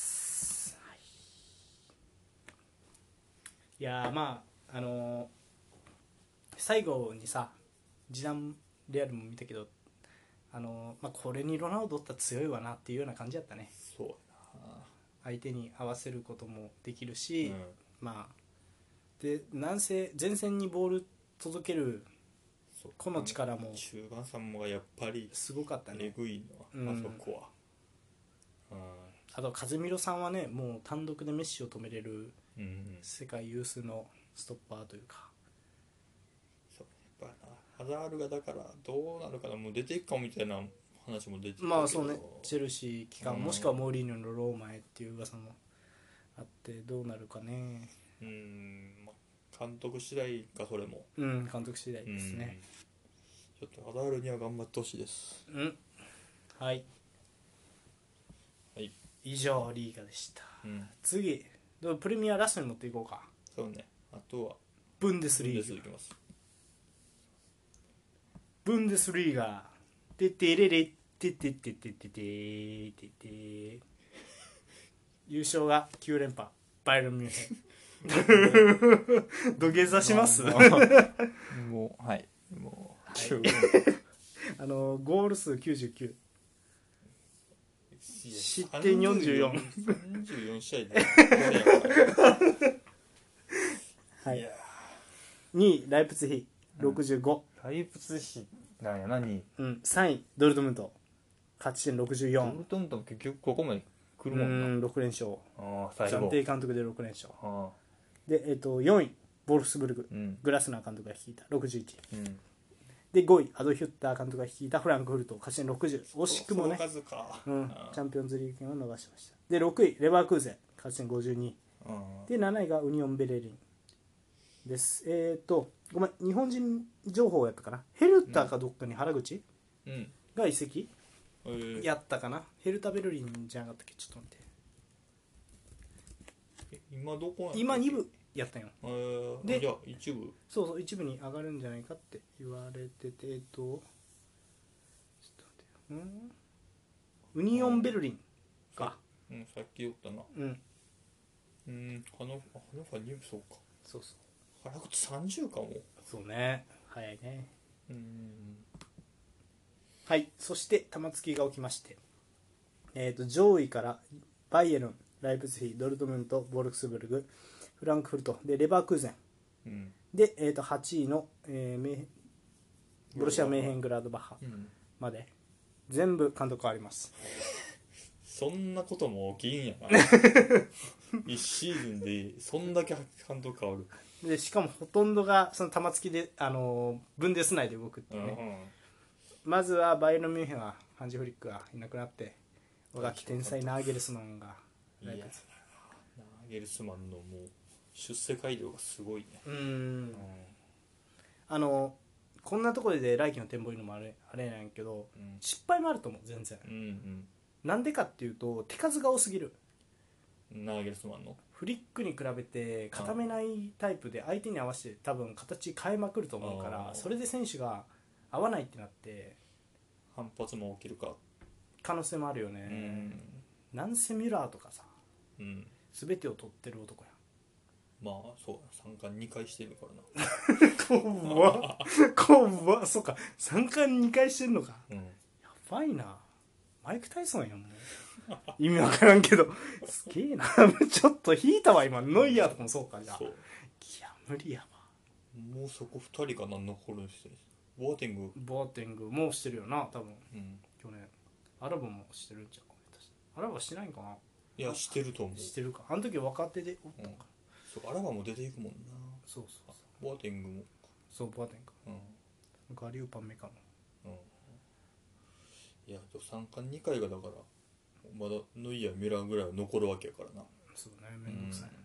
はい、いやまああのー、最後にさジダンレアルも見たけど、あのーまあ、これにロナウドったら強いわなっていうような感じだったね。 そう相手に合わせることもできるし、うん、まあでなんせ前線にボール届ける個の力も中盤さんもやっぱりすごかったね。 えぐいの、うん、あそこは、 うん、あと風見ろさんはねもう単独でメッシを止めれる世界有数のストッパーというか、 そうやっぱなハザールがだからどうなるかな、もう出ていくかもみたいな話も出てたけど、 まあそうね、チェルシー帰還、うん、もしくはモーリーニョのローマへっていう噂もあってどうなるかね。 うん、まあ、監督次第かそれも、 うん監督次第ですね、 ちょっとハザールには頑張ってほしいです。 うんはい、はい、以上リーガでした、うん、次プレミアラストに持っていこうか。 そうね、あとはブンデスリーガ、 いきます。 ブンデスリーガててれれてててててててて優勝がきゅう連覇バイエルンミュンヘン土下座します、まあまあ、もうはいもう、はい、 あのゴール数きゅうじゅうきゅう失点よんじゅうよん さんじゅうよん試合ではい、にいライプツィヒろくじゅうご、 うん、ライプツィヒなんや何、 うん、さんいドルトムント勝ち点ろくじゅうよん、 ドルトムントも結局ここまで来るもんな、 うんろく連勝、 あ暫定監督でろく連勝で、えー、とよんいボルフスブルグ、うん、グラスナー監督が率いたろくじゅういち、うん、でごいアドヒュッター監督が率いたフランクフルト勝ち点ろくじゅう、惜しくもね、うん、チャンピオンズリーグ権を逃しました。でろくいレバークーゼン勝ち点ごじゅうに、でなないがウニオンベレリンです。えっ、ー、とごめん日本人情報やったかな、ヘルタかどっかに原口、うん、が移籍、うん、やったかな、ヘルタベルリンじゃなかったっけ、ちょっと待って、 今どこ今に部やったんよ、 えー、でじゃあ一部そうそう一部に上がるんじゃないかって言われてて、えっとちょっと待ってよ、うん、ウニオンベルリンか、 うん、さっき言ったな、うんうんハノハノファに部、そうか、 そうそう原口さんじゅうかも、 そうね早いね、うん、はい、そして玉突きが起きまして、えー、と上位からバイエルン、ライプツィヒ、ドルトムント、ボルクスブルグ、フランクフルトでレバークーゼン、うん、で、えー、とはちいの、えー、メボルシア・メーヘングラードバッハまで、うん、全部監督変わりますそんなことも起きんやないちシーズンでそんだけ監督変わるでしかもほとんどがその玉突きで、あのー、ブンデス内で動くっていうね、うん、まずはバイエルンミュンヘンはハンジ・フリックがいなくなって若き天才ナーゲルスマンがいやナーゲルスマンのもう出世街道がすごいね、うん、うん、 あのこんなところで来季の展望いうのもあれあれなんやけど、うん、失敗もあると思う全然、うんうん、なんでかっていうと手数が多すぎる、 ナーゲルスマンのフリックに比べて固めないタイプで相手に合わせて多分形変えまくると思うから、それで選手が合わないってなって反発も起きるか可能性もあるよね、うん、ナンセ・ミュラーとかさ、うん、全てを取ってる男や。 まあそう三冠にかいしてるからな怖っ怖っ。そうか三冠にかいしてんのか、うん、やばいな。マイク・タイソンやもん意味わからんけどすげえなちょっと引いたわ今。ノイヤーとかもそうか。じゃあいや無理やわ。 もうそこふたりかな残る人。ボーティングボーティングもうしてるよな多分、うん、去年アラブもしてるんちゃう。アラブはしてないんかな。 いやしてると思う。 してるか。あの時若手でおったんか、 うん、そうアラバも出ていくもんな。 そうそうそうボーティングもそうボーティング、うん、ガリューパンメカも、うん、 いや三冠にかいがだからまだノイヤーミラーぐらいは残るわけやからな。 そうねめんどくさい、うん、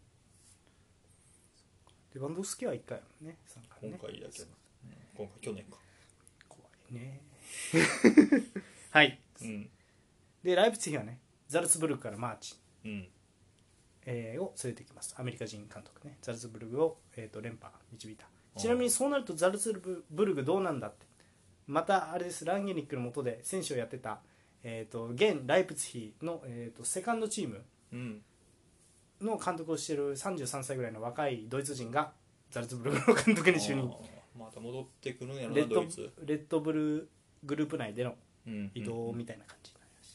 レバンドフスキはいっかいやもんね三冠ね。 今回だけど、うん、今回去年か。 怖いねはい、うん、でライプツィヒはねザルツブルクからマーチ、うんえー、を連れてきます。アメリカ人監督ね。ザルツブルクを、えー、と連覇導いた。ちなみにそうなるとザルツブルクどうなんだってまたあれです。ランゲニックの下で選手をやってた、えー、と現ライプツヒの、えー、とセカンドチームの監督をしているさんじゅうさんさいぐらいの若いドイツ人がザルツブルクの監督に就任。 また戻ってくるんやろなレッドドイツレッドブルグループ内での移動みたいな感じになりました、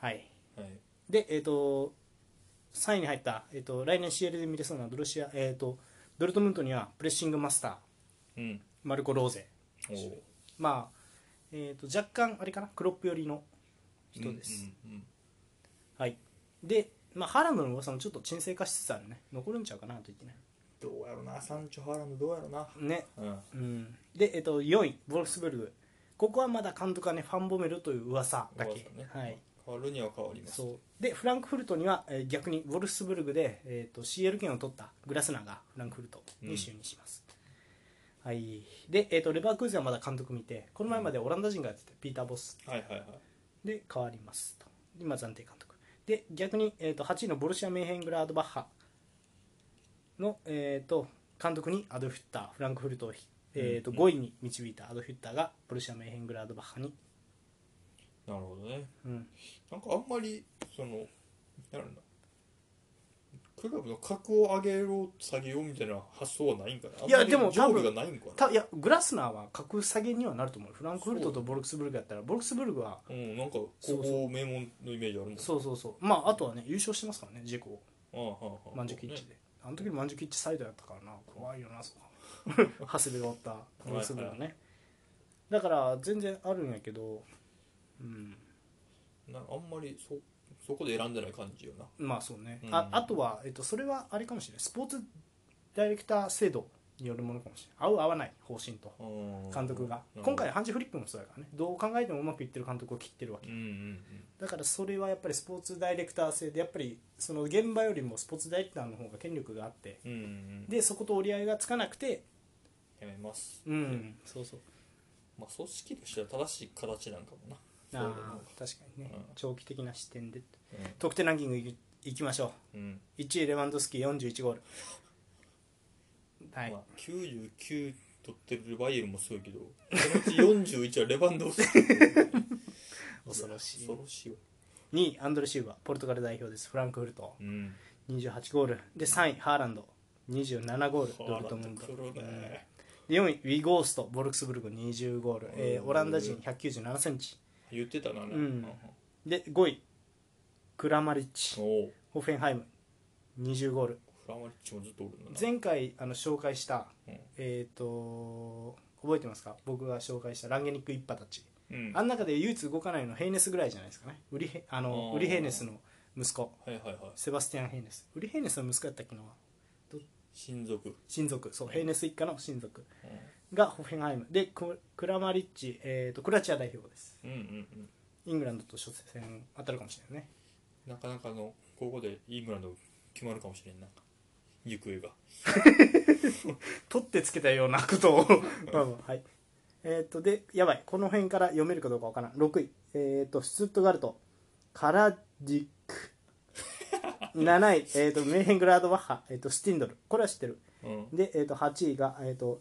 うんうんうん、はい、はい、で、えー、とさんいに入った、えー、と来年 シーエル で見れそうなドルシア、えー、とドルトムントにはプレッシングマスター、うん、マルコ・ローゼ。まあ、えー、と若干あれかなクロップ寄りの人です、うんうんうん、はいで、まあ、ハーランドの噂もちょっと沈静化しつつあるね。残るんちゃうかなと言ってね。 どうやろなサンチョハーランドどうやろなね、うんうん、で、えー、とよんいボルフスブルグ。ここはまだ監督はねファンボメルという噂だけ、ね、はい、 変わるには変わります。 そうでフランクフルトには、えー、逆にウォルフスブルグで、えー、と シーエル 権を取ったグラスナーがフランクフルトに就任します、うん、はいで、えー、とレバークーゼンはまだ監督見てこの前までオランダ人がやってて、うん、ピーター・ボス、はいはいはい、で変わりますと。今暫定監督で逆に、えー、とはちいのボルシア・メンヘングラードバッハの、えー、と監督にアドルフ・ヒッターフランクフルトを、えー、とごいに導いたアドルフ・ヒッターがボルシア・メンヘングラードバッハに。 なるほどね、うん、なんかあんまりそのやるなクラブの格を上げろ下げようみたいな発想はないんかな。いやでも上下がないんかな。 いやグラスナーは格下げにはなると思う。フランクフルトとボルクスブルグやったらボルクスブルグはうんなんかここ名門のイメージあるもん。 そうそうそうまああとはね優勝してますからね自己マンジュキッチで、ね、あの時マンジュキッチサイドやったからな怖いよなそう長谷部がおったボルクスブルグね、はいはい、だから全然あるんやけどうんなんかあんまり そ, そこで選んでない感じよな。 まあそうね、うん、あ, あとは、えっと、それはあれかもしれないスポーツダイレクター制度によるものかもしれない。合う合わない方針と監督が今回ハンジ・フリックもそうだからねどう考えてもうまくいってる監督を切ってるわけ、うんうんうん、だからそれはやっぱりスポーツダイレクター制でやっぱりその現場よりもスポーツダイレクターの方が権力があって、うんうん、でそこと折り合いがつかなくてやめますうん、うん、そうそうまあ組織としては正しい形なんかもな。 あ確かにね、うん、長期的な視点で、うん、得点ランキングい, いきましょう、うん、いちいレバンドフスキーよんじゅういちゴール、 はいまあ、きゅうじゅうきゅう取ってるバイエルンもすごいけどそのうちよんじゅういちはレバンドフスキー恐ろしい恐ろしいわ。 にいアンドレ・シウバポルトガル代表ですフランクフルト、うん、にじゅうはちゴールでさんいハーランドにじゅうななゴールドルトムント、ねうん、よんいウィゴーストボルクスブルグにじゅうゴール、えー、オランダ人ひゃくきゅうじゅうななセンチ言ってたな、うん、 でごいクラマリッチホフェンハイムにじゅうゴール。 クラマリッチもずっとおるんだな。 前回あの紹介した、うん、えっ、ー、と覚えてますか僕が紹介したランゲニック一派たち、うん、あん中で唯一動かないのヘイネスぐらいじゃないですかね。ウリヘあのウリヘイネスの息子、はいはいはい、セバスティアン・ヘイネス。ウリヘイネスの息子やったっけのは親族親族そう、うん、ヘイネス一家の親族、うんがホフェンハイムでクラマリッチ、えー、とクロアチア代表です、うんうんうん、イングランドと初戦当たるかもしれないね。 なかなかのここでイングランド決まるかもしれんな行方が取ってつけたようなことをまあまあはいえっ、ー、とでやばいこの辺から読めるかどうかわからん。ろくいえっ、ー、とシュツットガルトカラディックなない、えー、とメーヘングラードバッハ、えー、とスティンドルこれは知ってる、うん、で、えー、とはちいが、えー、と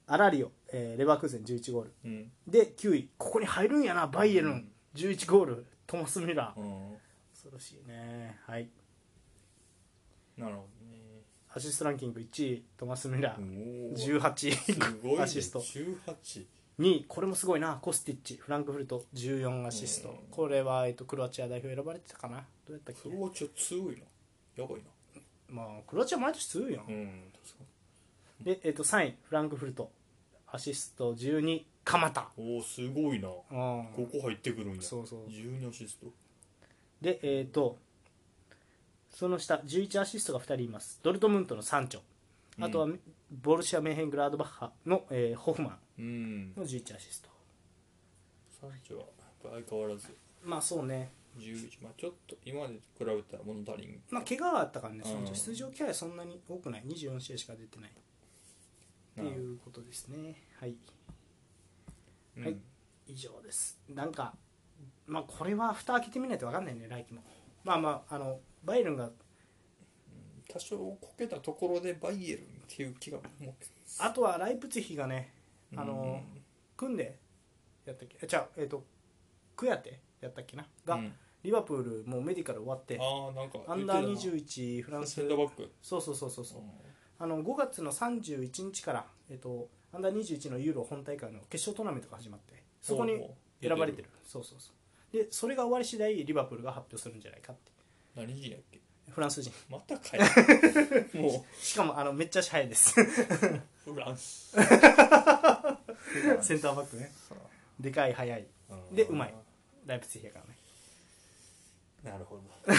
アラリオ、えー、レバークーゼンじゅういちゴール、 うん、 できゅういここに入るんやなバイエルンじゅういちゴールトマス・ミュラー、うん、恐ろしいね。はい、 なるほどね。 アシストランキングいちいトマス・ミュラーじゅうはちすごい、ね、 アシストじゅうはち。 にいこれもすごいなコスティッチフランクフルトじゅうよんアシスト、うん、これは、えっと、クロアチア代表選ばれてたかな。どうやったっけ。 クロアチア強いな、やばいな。 まあクロアチア毎年強いやん、うん、確かに。で、えっと、さんいフランクフルトアシストじゅうに鎌田。 おおすごいな、うん、ここ入ってくるんや。そうそうじゅうにアシストで、えっとその下じゅういちアシストがふたりいます。ドルトムントのサンチョ、あとはボルシア・メンヘングラードバッハの、えー、ホフマンのじゅういちアシスト、 サンチョは相変わらずまあそうねじゅういち、まあ、ちょっと今まで比べたら物足りん。 まあ怪我があったからね、サンチョ出場機会はそんなに多くない、にじゅうよん試合しか出てないっていうことですね。はい、うん、はい、以上です。なんかまあこれは蓋開けてみないと分かんないね、来季も。まあまああのバイエルンが多少こけたところでバイエルンっていう気がもう、 あとはライプツィヒがね、あの、うん、組んでやったっけ、じゃあえっ、ー、とクヤテやったっけなが、うん、リバプールもうメディカル終わって、 あなんかアンダーにじゅういちフランスセンターバック、 そうそうそうそうそう、うん、あのごがつのさんじゅういちにちから、えっ、ー、とアンダーにじゅういちのユーロ本大会の決勝トーナメントが始まって、そこに選ばれてる。そうそうそうでそれが終わり次第リバプールが発表するんじゃないかって。 何人やっけ。 フランス人。 またかいもうしかもあのめっちゃ早いですフランスセンターバックね、でかい速いでうまいライプツィヒやからね。 なるほど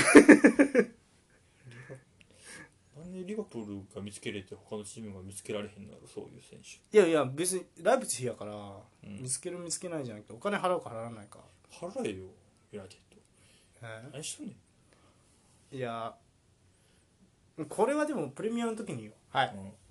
なんでリバプールが見つけれて他のチームが見つけられへんのやろ、そういう選手。 いやいや別にライプツィヒやから、うん、見つける見つけないじゃなくてお金払うか払わないか。 払えよユナイテッド、えー、何しとんねん。 いやこれはでもプレミアの時によ。はい、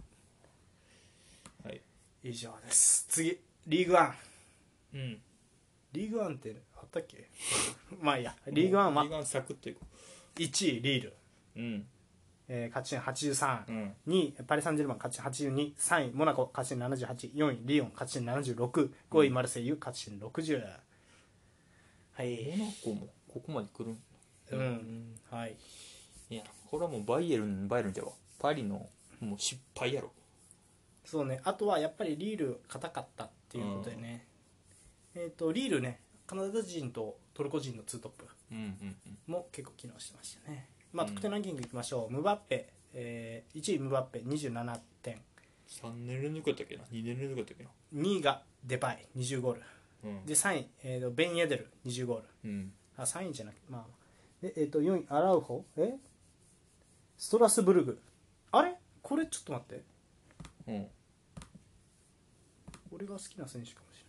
うん、はい、以上です。次リーグワン、うん、リーグワンってあったっけまあいいや、リーグワンはリーグワンサクッといこう。いちいリール、うんえー、勝ち点はちじゅうさん、うん、にいパリ・サンジェルマン勝ち点はちじゅうに、さんいモナコ勝ち点ななじゅうはち、よんいリヨン勝ち点ななじゅうろく、ごいマルセイユ勝ち点ろくじゅう。はい、 モナコもここまで来るん、 うん、うん、はい。 いやこれはもうバイエルンバイエルンじゃわパリのもう失敗やろ。 そうね、あとはやっぱりリール硬かったっていうことでね、うん、えっ、ー、とリールねカナダ人とトルコ人のツートップも結構機能してましたね。まあ、得点ランキングいきましょう。ムバッペ、えー、いちいムバッペにじゅうななてん、 さんねん連続やったっけな、にねん連続やったっけな。 にいがデパイにじゅうゴール、うん、でさんい、えー、とベン・エデルにじゅうゴール、うん、あさんいじゃなくてまあで、えー、とよんいアラウホ、えストラスブルグ、あれこれちょっと待って、うん、俺が好きな選手かもし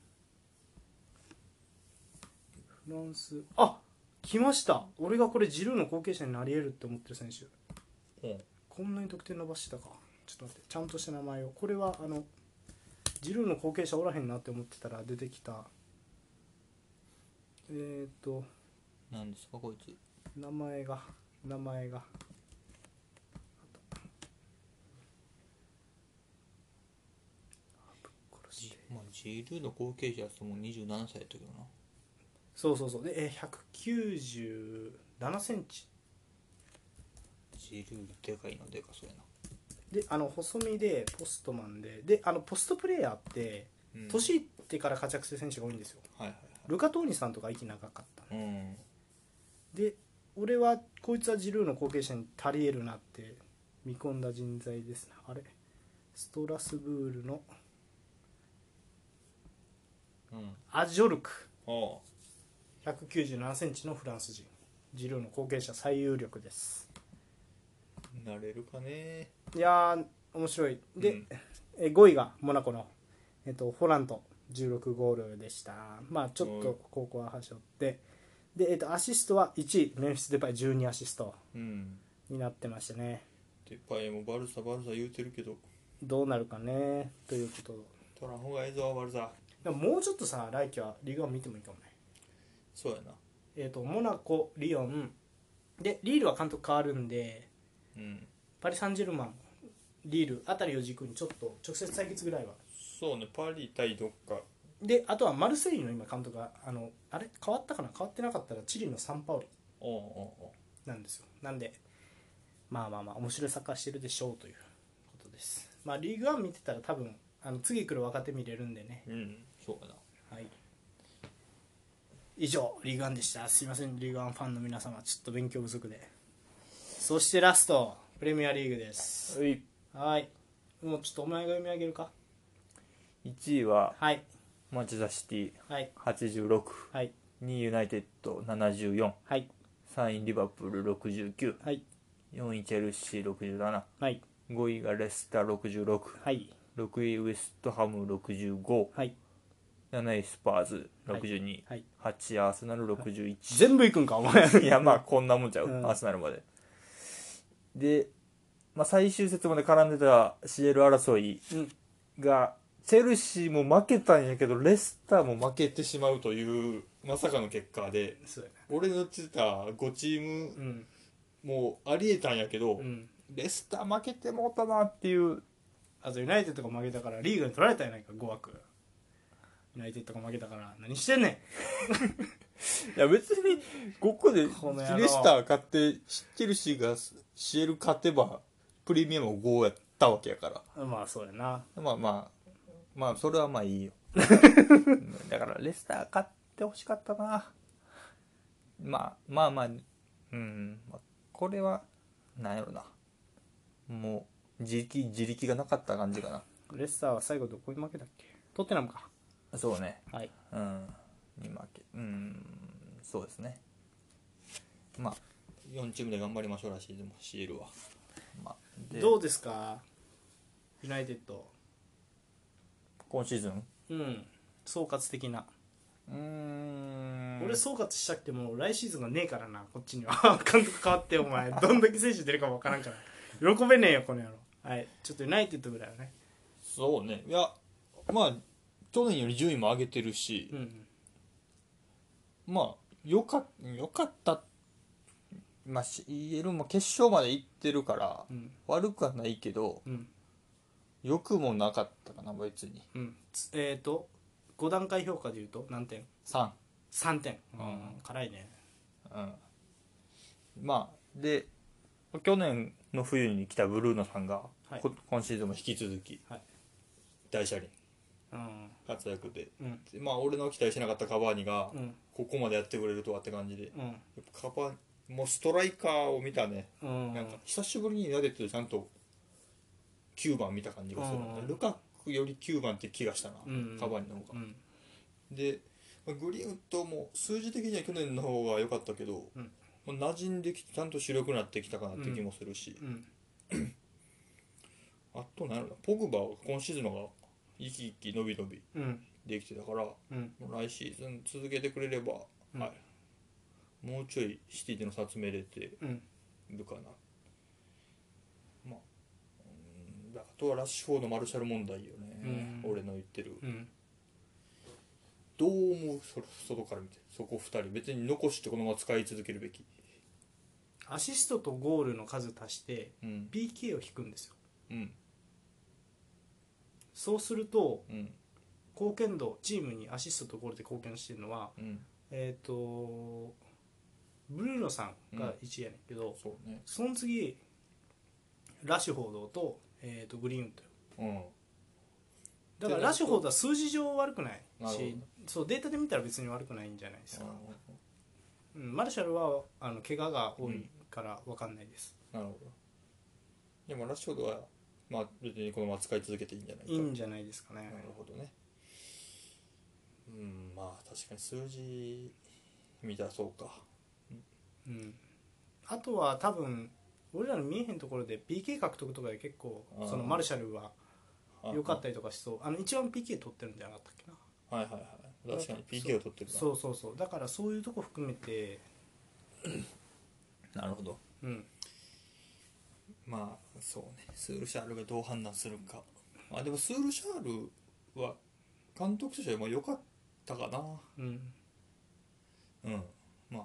れない。フランス、あ来ました。俺がこれジルーの後継者になり得るって思ってる選手、うん、こんなに得点伸ばしてたか。ちょっと待って、ちゃんとした名前を。これはあのジルーの後継者おらへんなって思ってたら出てきた、えーと何ですかこいつ、 名前が名前がまあ、ジルーの後継者ってもうにじゅうななさいやったけどな。 そうそうそうで、えひゃくきゅうじゅうななセンチ。 ジルーでかいのでかそうやな。 であの細身でポストマンでであのポストプレーヤーって、うん、年いってから活躍する選手が多いんですよ、はいはいはい、ルカ・トーニさんとか息長かった、ね、うん、で俺はこいつはジルーの後継者に足りえるなって見込んだ人材ですね。あれストラスブールの、うん、アジョルク、ひゃくきゅうじゅうななセンチのフランス人、ジルーの後継者最有力です。 なれるかね。 いやー面白いで、うん、えごいがモナコの、えっと、ホラントじゅうろくゴールでした。まあちょっとここは端折ってで、えっと、アシストはいちいメンフィス・デパイじゅうにアシストになってましたね、 うん、デパイもバルサバルサ言うてるけどどうなるかねということ取らんほうがええぞバルサ。 でももうちょっとさ来季はリーグワン見てもいいかもね。 そうやな。 えっとモナコリヨンでリールは監督変わるんで、うん、パリ・サンジェルマンリールあたりを軸にちょっと直接対決ぐらいはそうね、パリ対どっかで、あとはマルセイユの今監督があのあれ変わったかな、変わってなかったらチリのサンパウリなんですよ。なんでまあまあまあ面白いサッカーしてるでしょうということです。まあリーグワン見てたら多分あの次来る若手見れるんでね。 うん、そうかな。 はい。以上リーグワンでした。すいませんリーグワンファンの皆様、ちょっと勉強不足で。そしてラストプレミアリーグです。 はい。 はい。もうちょっとお前が読み上げるか。 いちいははいマンチェスターシティ、 はい、 はちじゅうろく、 はい、 にいユナイテッドななじゅうよん、 はい、 さんいリバプールろくじゅうきゅう、 はい、 よんいチェルシーろくじゅうなな、 はい、 ごいがレスターろくじゅうろく、 はい、 ろくいウエストハムろくじゅうご、 はい、 なないスパーズろくじゅうに、 はい、 はちいアーセナルろくじゅういち、 全部いくんかお前いやまあこんなもんちゃう、 うんアーセナルまでで、まあ、最終節まで絡んでた シーエル 争いが、チェルシーも負けたんやけどレスターも負けてしまうというまさかの結果で、 そうやね、 俺の言ってたごチームうんもうありえたんやけど、 うん、 レスター負けてもうたなっていう。 あとユナイテッドが負けたからリーグに取られたやないかごわく。ユナイテッドが負けたから何してんねいや別にここでレスこの野郎ター勝ってチェルシーが シーエル 勝てばプレミアムごやったわけやから、 ん。まあそうやな。 まあまあまあそれはまあいいよだからレスター勝ってほしかったな。まあまあまあうん、まあこれはなんやろな、もう自力自力がなかった感じかな。 レスターは最後どこに負けたっけ。トッテナムか。 そうね、 はい。 うんに負け、うんそうですね。まあよんチームで頑張りましょうらしいでも シーエル は、まあ、でどうですかユナイテッド。 今シーズンうん総括的な。 うーん俺総括したくても来シーズンがねえからな、こっちには監督変わってお前どんだけ選手出るかもわからんから喜べねえよこの野郎。はい、ちょっとユナイテッドぐらいはね。 そうね、いやまあ去年より順位も上げてるし、 うんまあよかよかったまあ シーエル も決勝まで行ってるから、 うん、 悪くはないけど、 うん、 良くもなかったかな別に。 うん、えっ、ー、とご段階評価でいうと何点。 さん。 さんてん、 うん、 辛いね。 うんまあで去年の冬に来たブルーノさんが、はい、今シーズンも引き続き、はい、大車輪活躍で、うん、まあ俺の期待しなかったカバーニが、うん、ここまでやってくれるとはって感じで、うん、やっぱカバーニもうストライカーを見たね、うん、なんか久しぶりに投げてちゃんときゅうばん見た感じがする、うん、ルカクよりきゅうばんって気がしたな、うん、カバーニの方が、うん、でグリーンウッドも数字的には去年の方が良かったけど、うん馴染んできてちゃんと主力になってきたかなって気もするし、うんうん、あと何やろな、ポグバは今シーズンの方が生き生き伸び伸びできてたから、うん、来シーズン続けてくれれば、うんはい、もうちょいシティでの札目入れてるかな、うん、まあ、うん、あとはラッシュフォードマルシャル問題よね、うん、俺の言ってる、うん、どう思うそ外から見てそこふたり別に残してこのまま使い続けるべき。 アシストとゴールの数足して ピーケー を引くんですよ、うん、そうすると、うん、貢献度チームにアシストとゴールで貢献してるのは、うん、えっ、ー、とブルーノさんがいちいやねんけど、うん そ, うね、その次ラッシュフォードと、えー、とグリーンウッド、うん、だからラッシュフォードは数字上悪くないし、そうデータで見たら別に悪くないんじゃないですか、うん、マルシャルはあの怪我が多いから分かんないです、 うん、なるほど。でもラッシュフォードは、まあ、別にこのまま使い続けていいんじゃないか。 いいんじゃないですかね。 なるほどね。うんまあ確かに数字見たらそうか、 うん、あとは多分俺らの見えへんところで ピーケー 獲得とかで結構そのマルシャルは良かったりとかしそう。あの一番 ピーケー 取ってるんじゃなかったっけな。 はいはいはい、確かに ピーケー を取ってるな。 そうそうそう、だからそういうとこ含めてなるほど、うん、まあそうね、スールシャールがどう判断するか。あでもスールシャールは監督としては良かったかな。うんうんまあ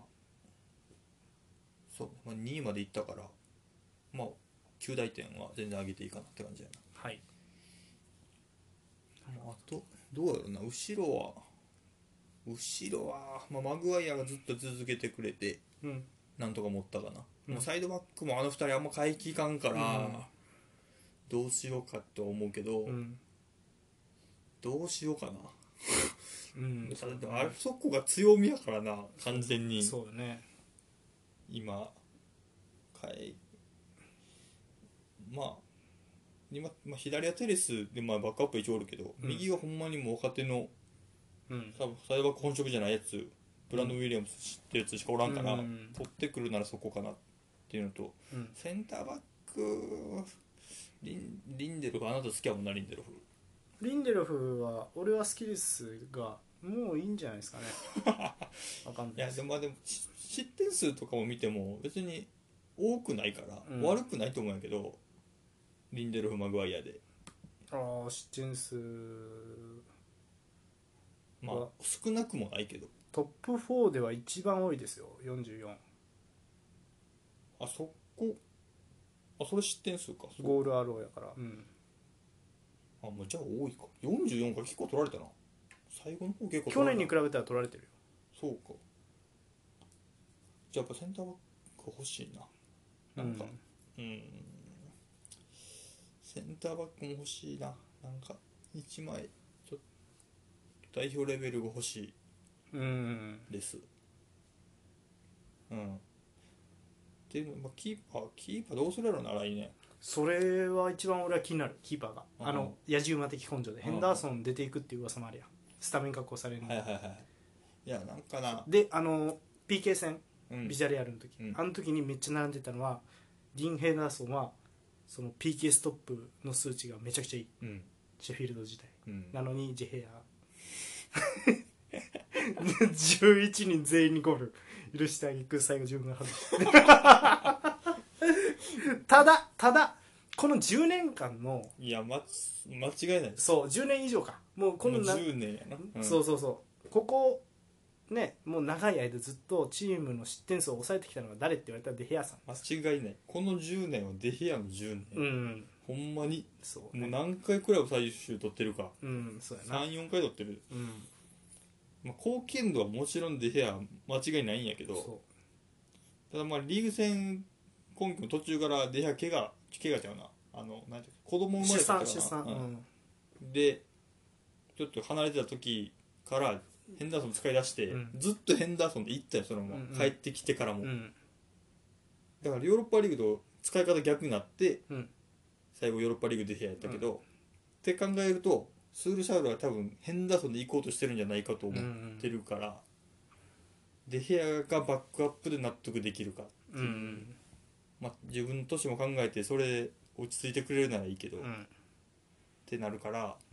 そう、まあ、にいまでいったからまあきゅう大点は全然上げていいかなって感じやな。 はいあとどうやろうな、後ろは後ろは、まあ、マグワイアがずっと続けてくれて、うん、なんとか持ったかな、うん、もうサイドバックもあのふたりあんま回帰いかんから、うん、どうしようかと思うけど、うん、どうしようかなうん、あれそこが強みやからな完全に。 そうだね。 今かいまあ今、まあ、左はテレスで、まあ、バックアップ一応おるけど、うん、右はほんまにもう若手の、うん、多分サイドバック本職じゃないやつ、ブランドン・ウィリアムスってやつしかおらんから、うん、取ってくるならそこかなっていうのと、うん、センターバックリンリンデルフ、あなた好きやもんな。リンデルフリンデルフは俺は好きですが、もういいんじゃないですかねわかんないです。 いやでも、でも失点数とかも見ても別に多くないから、うん、悪くないと思うんやけど、リンデルフ・マグワイアで、 ああ失点数まあ少なくもないけどトップフォーでは一番多いですよ、よんじゅうよん。 あそこあそれ失点数か、 ゴールアローやから、うん、 あもうじゃあ多いか。よんじゅうよんか、結構取られたな。最後の方結構去年に比べたら取られてるよ。 そうか。じゃあやっぱセンターバック欲しいな。なんか、うん、うん、センターバックも欲しいな。なんかいちまいちょっと代表レベルが欲しいです。うん、うん、でも、まあ、キーパーキーパーどうするやろな来年。 それは一番俺は気になる。キーパーがあの野じ馬的根性でヘンダーソン出ていくっていう噂もあるやん。スタメン確保されるの。 はいはいはい。いやなんかな。 であの ピーケー 戦、うん、ビジャレアルの時、うん、あの時にめっちゃ並んでたのはディン・ヘンダーソンはその ピーケー ストップの数値がめちゃくちゃいい、うん、シェフィールド自体、うん、なのにジェヘアじゅういちにん全員にゴール許してあげく最後自分が外してただただこのじゅうねんかんのいや、ま、間違いない。 そうじゅうねん以上か、もうこのじゅうねんやな、 うん、そうそうそう、ここね、もう長い間ずっとチームの失点数を抑えてきたのは誰って言われたらデヘアさん。 間違いない。このじゅうねんはデヘアのじゅうねん、うん、ほんまにそう、 ね、もう何回くらい最終取ってるか、 うん、そうやな、 さん、よんかい取ってる、うん、まあ、貢献度はもちろんデヘア間違いないんやけど、ただまあリーグ戦今季の途中からデヘア怪我怪我ちゃうな、あのなんていう子供生まれたからな、出産、うん、でちょっと離れてた時からヘンダーソン使い出して、うん、ずっとヘンダーソンで行ったよそのまま、うんうん、帰ってきてからも、うん、だからヨーロッパリーグと使い方逆になって、うん、最後ヨーロッパリーグでデヘアやったけど、うん、って考えるとスールシャウルは多分ヘンダーソンで行こうとしてるんじゃないかと思ってるから、うんうん、デヘアがバックアップで納得できるかっていう、うん、まあ、自分の年も考えてそれで落ち着いてくれるならいいけど、うん、ってなるから、うん、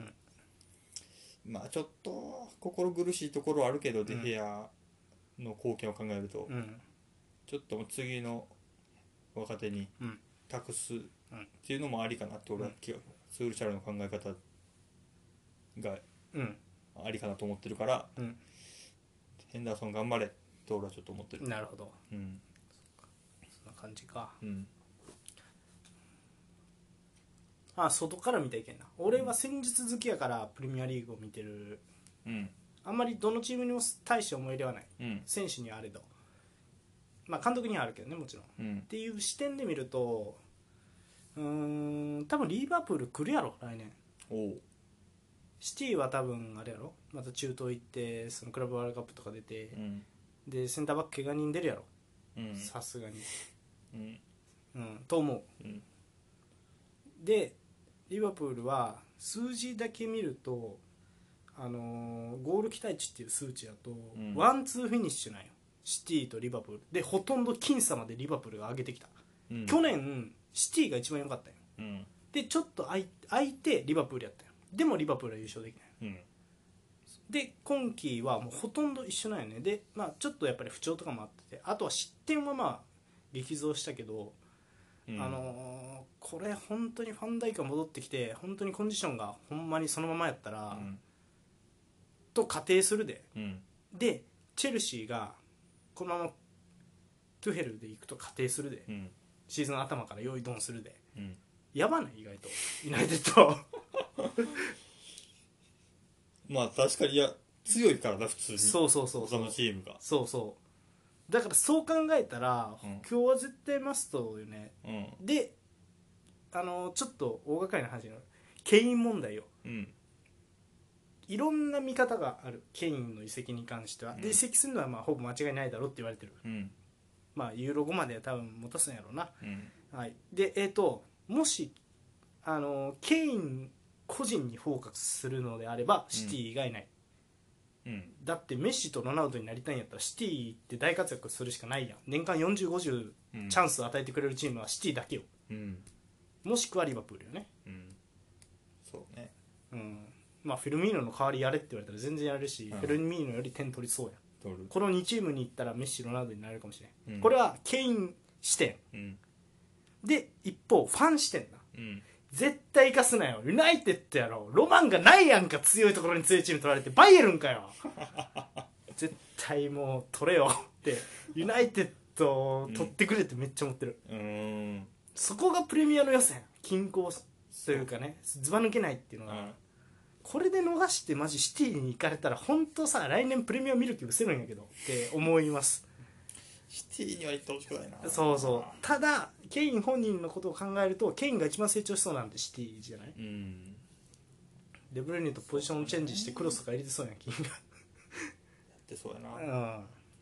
まあちょっと心苦しいところはあるけど、うん、デヘアの貢献を考えると、うん、ちょっと次の若手に託すっていうのもありかなって俺は、うん、スールシャルの考え方がありかなと思ってるから、うん、ヘンダーソン頑張れと俺はちょっと思ってる。 なるほど、うん、そんな感じか、うん、あ、外から見たらいけんな。俺は戦術好きやからプレミアリーグを見てる、うん、あんまりどのチームにも大して思い入れはない、うん、選手にはあれど、まあ監督にはあるけどねもちろん、うん、っていう視点で見ると、うーん多分リーバプール来るやろ来年。おう、シティは多分あれやろ、また中東行ってそのクラブワールドカップとか出て、うん、でセンターバック怪我人出るやろさすがに、うんうん、と思う、うん、でリバプールは数字だけ見ると、あのー、ゴール期待値っていう数値だと、うん、ワンツーフィニッシュなんよシティとリバプールで、ほとんど僅差までリバプールが上げてきた、うん、去年シティが一番良かったよ、うん、でちょっと空い、空いてリバプールやったよ。でもリバプールは優勝できない、うん、で今季はもうほとんど一緒なんよね。で、まあ、ちょっとやっぱり不調とかもあってて、あとは失点はまあ激増したけど、うん、あのー、これ本当にファンダイクが戻ってきて本当にコンディションがほんまにそのままやったら、うん、と仮定するで、うん、でチェルシーがこのままトゥヘルでいくと仮定するで、うん、シーズン頭から用意ドンするで、うん、やばない意外といないでとまあ確かにいや強いからな普通にそうそうそうそう他のチームがそうそうだからそう考えたら、うん、今日は絶対マストよね、うん、であのちょっと大掛かりな話のケイン問題よ、うん、いろんな見方があるケインの移籍に関しては、うん、で移籍するのはまあほぼ間違いないだろうって言われてる、うん、まあユーロごまでは多分持たすんやろうな、うん、はい、でえっ、ー、ともしあのケイン個人にフォーカスするのであればシティ以外ない、うん、だってメッシとロナウドになりたいんやったらシティって大活躍するしかないやん。年間よんじゅう、ごじゅうチャンスを与えてくれるチームはシティだけよ、うん、もしくはリバプールよね、うん、 そうね、 うん、まあフェルミーノの代わりやれって言われたら全然やれるし、うん、フェルミーノより点取りそうやん。このにチームに行ったらメッシロナウドになれるかもしれない、うん、これはケイン視点、うん、で一方ファン視点だ、うん、絶対生かすなよユナイテッドやろ。ロマンがないやんか。強いところに強いチーム取られてバイエルンかよ絶対もう取れよってユナイテッドを取ってくれってめっちゃ思ってる、うん、そこがプレミアの良さやん。均衡というかね、ずば抜けないっていうのが、うん、これで逃してマジシティに行かれたら本当さ来年プレミア見る気失せるんやけどって思いますシティには行ってほしくないな。 そうそう。ただケイン本人のことを考えるとケインが一番成長しそうなんでシティじゃない、うん、デブルイネとポジションチェンジしてクロスとか入れてそうやんケインがやってそうやな、 うん、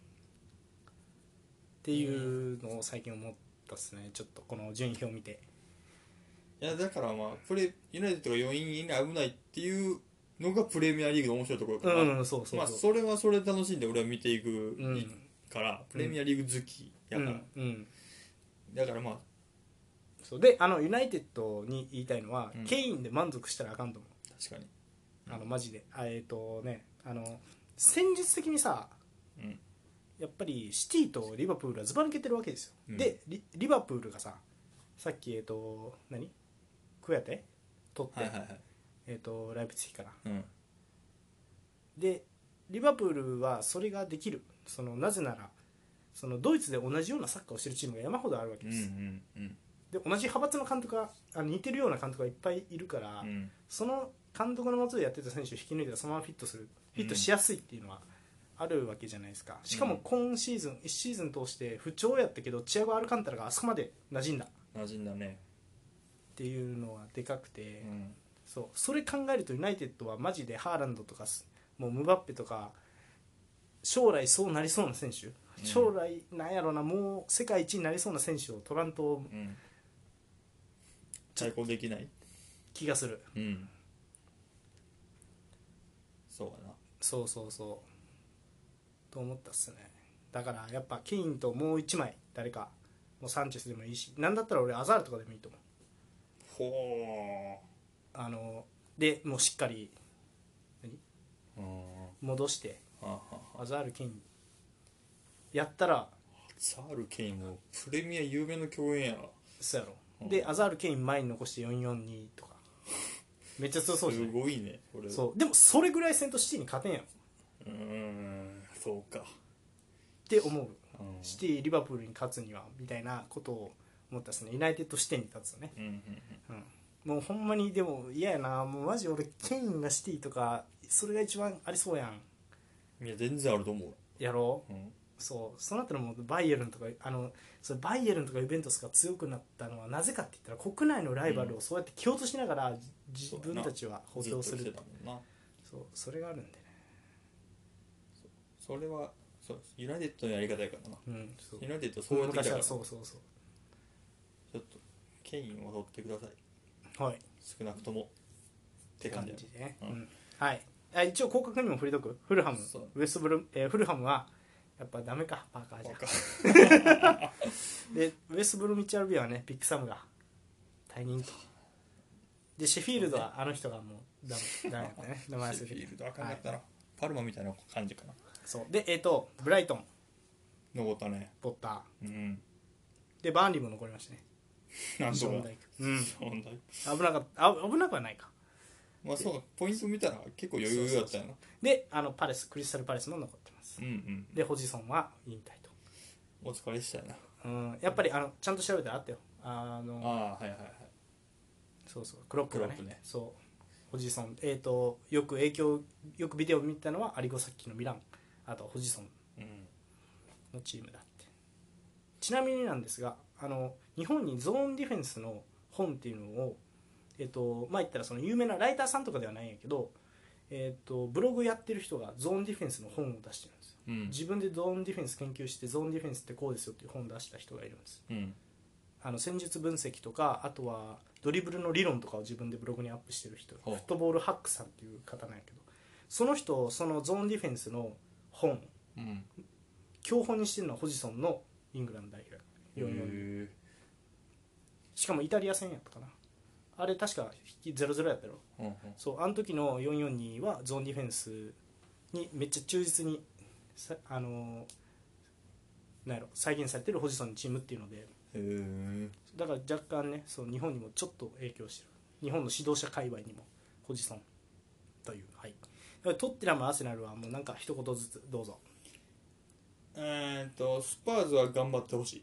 っていうのを最近思ったっすね。ちょっとこの順位表を見て。 いやだからまあプレユナイテッドがよにん以内危ないっていうのがプレミアリーグの面白いところから、うん、そうそうそう、まあそれはそれで楽しんで俺は見ていく、うん、から、プレミアリーグ好きやから、うんうん、だからまあそうで、あのユナイテッドに言いたいのは、うん、ケインで満足したらあかんと思う。 確かに、 あのマジであえっ、ー、とねあの戦術的にさ、うん、やっぱりシティとリバプールはずば抜けてるわけですよ、うん、で リ, リバプールがささっきえっ、ー、と何クヤテ取って、はいはいはい、えー、とライプツィヒから、うん、でリバプールはそれができる。そのなぜならそのドイツで同じようなサッカーをしてるチームが山ほどあるわけです、うんうんうん、で同じ派閥の監督があ似てるような監督がいっぱいいるから、うん、その監督の下でやってた選手を引き抜いてそのままフィットするフィットしやすいっていうのはあるわけじゃないですか。しかも今シーズンいちシーズン通して不調やったけどチアゴ・アルカンタラがあそこまで馴染んだ馴染んだねっていうのはでかくて、うん、そうそれ考えるとユナイテッドはマジでハーランドとかもうムバッペとか将来そうなりそうな選手、うん、将来なんやろなもう世界一になりそうな選手を取らんと、うん、 対抗できない気がする、うん、 そうやなそうそうそうと思ったっすね。だからやっぱケインともう一枚誰かもうサンチェスでもいいしなんだったら俺アザールとかでもいいと思う。ほーあのでもうしっかり何戻してアザールケインやったらアザールケインもプレミア有名の共演やな。 そうやろ、うん、でアザールケイン前に残してよんよんにとかめっちゃ強そうじゃない。 すごいねこれ。 そうでもそれぐらいセントシティに勝てんやん。うーんそうかって思う、うん、シティリバプールに勝つにはみたいなことを思ったっすね。ユナイテッド視点に立つとね、うんうんうんうん、もうほんまにでも嫌やなもうマジ俺ケインがシティとかそれが一番ありそうやん。 いや全然あると思うやろう、うん、そうそうなったらもうバイエルンとかあのそれバイエルンとかユベントスが強くなったのはなぜかって言ったら国内のライバルをそうやって蹴落としながら、うん、自分たちは補強するってそうそれがあるんでね。 そ, それはそうユナイテッドのやり方やからな、うん、そうユナイテッドそうやってきたからそうそうそうちょっとケインを取ってください。 はい少なくともって感じでね、うんうん、はいあ一応広角にも振りとくフルハムウエストブル、えー、フルハムはやっぱダメかパーカーじゃでウエストブルミッチャルビアはねビッグサムが退任とでシェフィールドはあの人がもうダメダメだったね名前シェフィールドあかんかったな、はい、パルマみたいな感じかな。 そうでえっ、ー、とブライトン残ったねポッター、うん、でバーンリーも残りましたね。 なんとか、 うん、危なかったあ危なくはないか。 まあそうポイント見たら結構余裕だったよな。 であのパレスクリスタルパレスも残ってます、うんうん、でホジソンは引退と。 お疲れしたよな、 うん、やっぱりあのちゃんと調べたらあったよあのあはいはいはいそうそうクロップが ね, ねそうホジソン、えー、とよく影響よくビデオを見たのはアリゴサッキのミラン、あとホジソンのチームだって。ちなみになんですが、あの日本にゾーンディフェンスの本っていうのを、えーとまあ言ったらその有名なライターさんとかではないんやけど、えー、とブログやってる人がゾーンディフェンスの本を出してるんですよ、うん、自分でゾーンディフェンス研究してゾーンディフェンスってこうですよっていう本を出した人がいるんです、うん、あの戦術分析とか、あとはドリブルの理論とかを自分でブログにアップしてる人、フットボールハックさんっていう方なんやけど、その人そのゾーンディフェンスの本、うん、教本にしてるのはホジソンのイングランド代表よんじゅうよん、しかもイタリア戦やったかな、あれ確かゼロゼロやったろ、うんうん、そうあの時のよんよんにはゾーンディフェンスにめっちゃ忠実にあのなんやろ再現されてるホジソンのチームっていうので、へだから若干ね、そう日本にもちょっと影響してる、日本の指導者界隈にもホジソンという、はい、トッテナムアーセナルはもうなんか一言ずつどうぞ。 えーっとスパーズは頑張ってほしい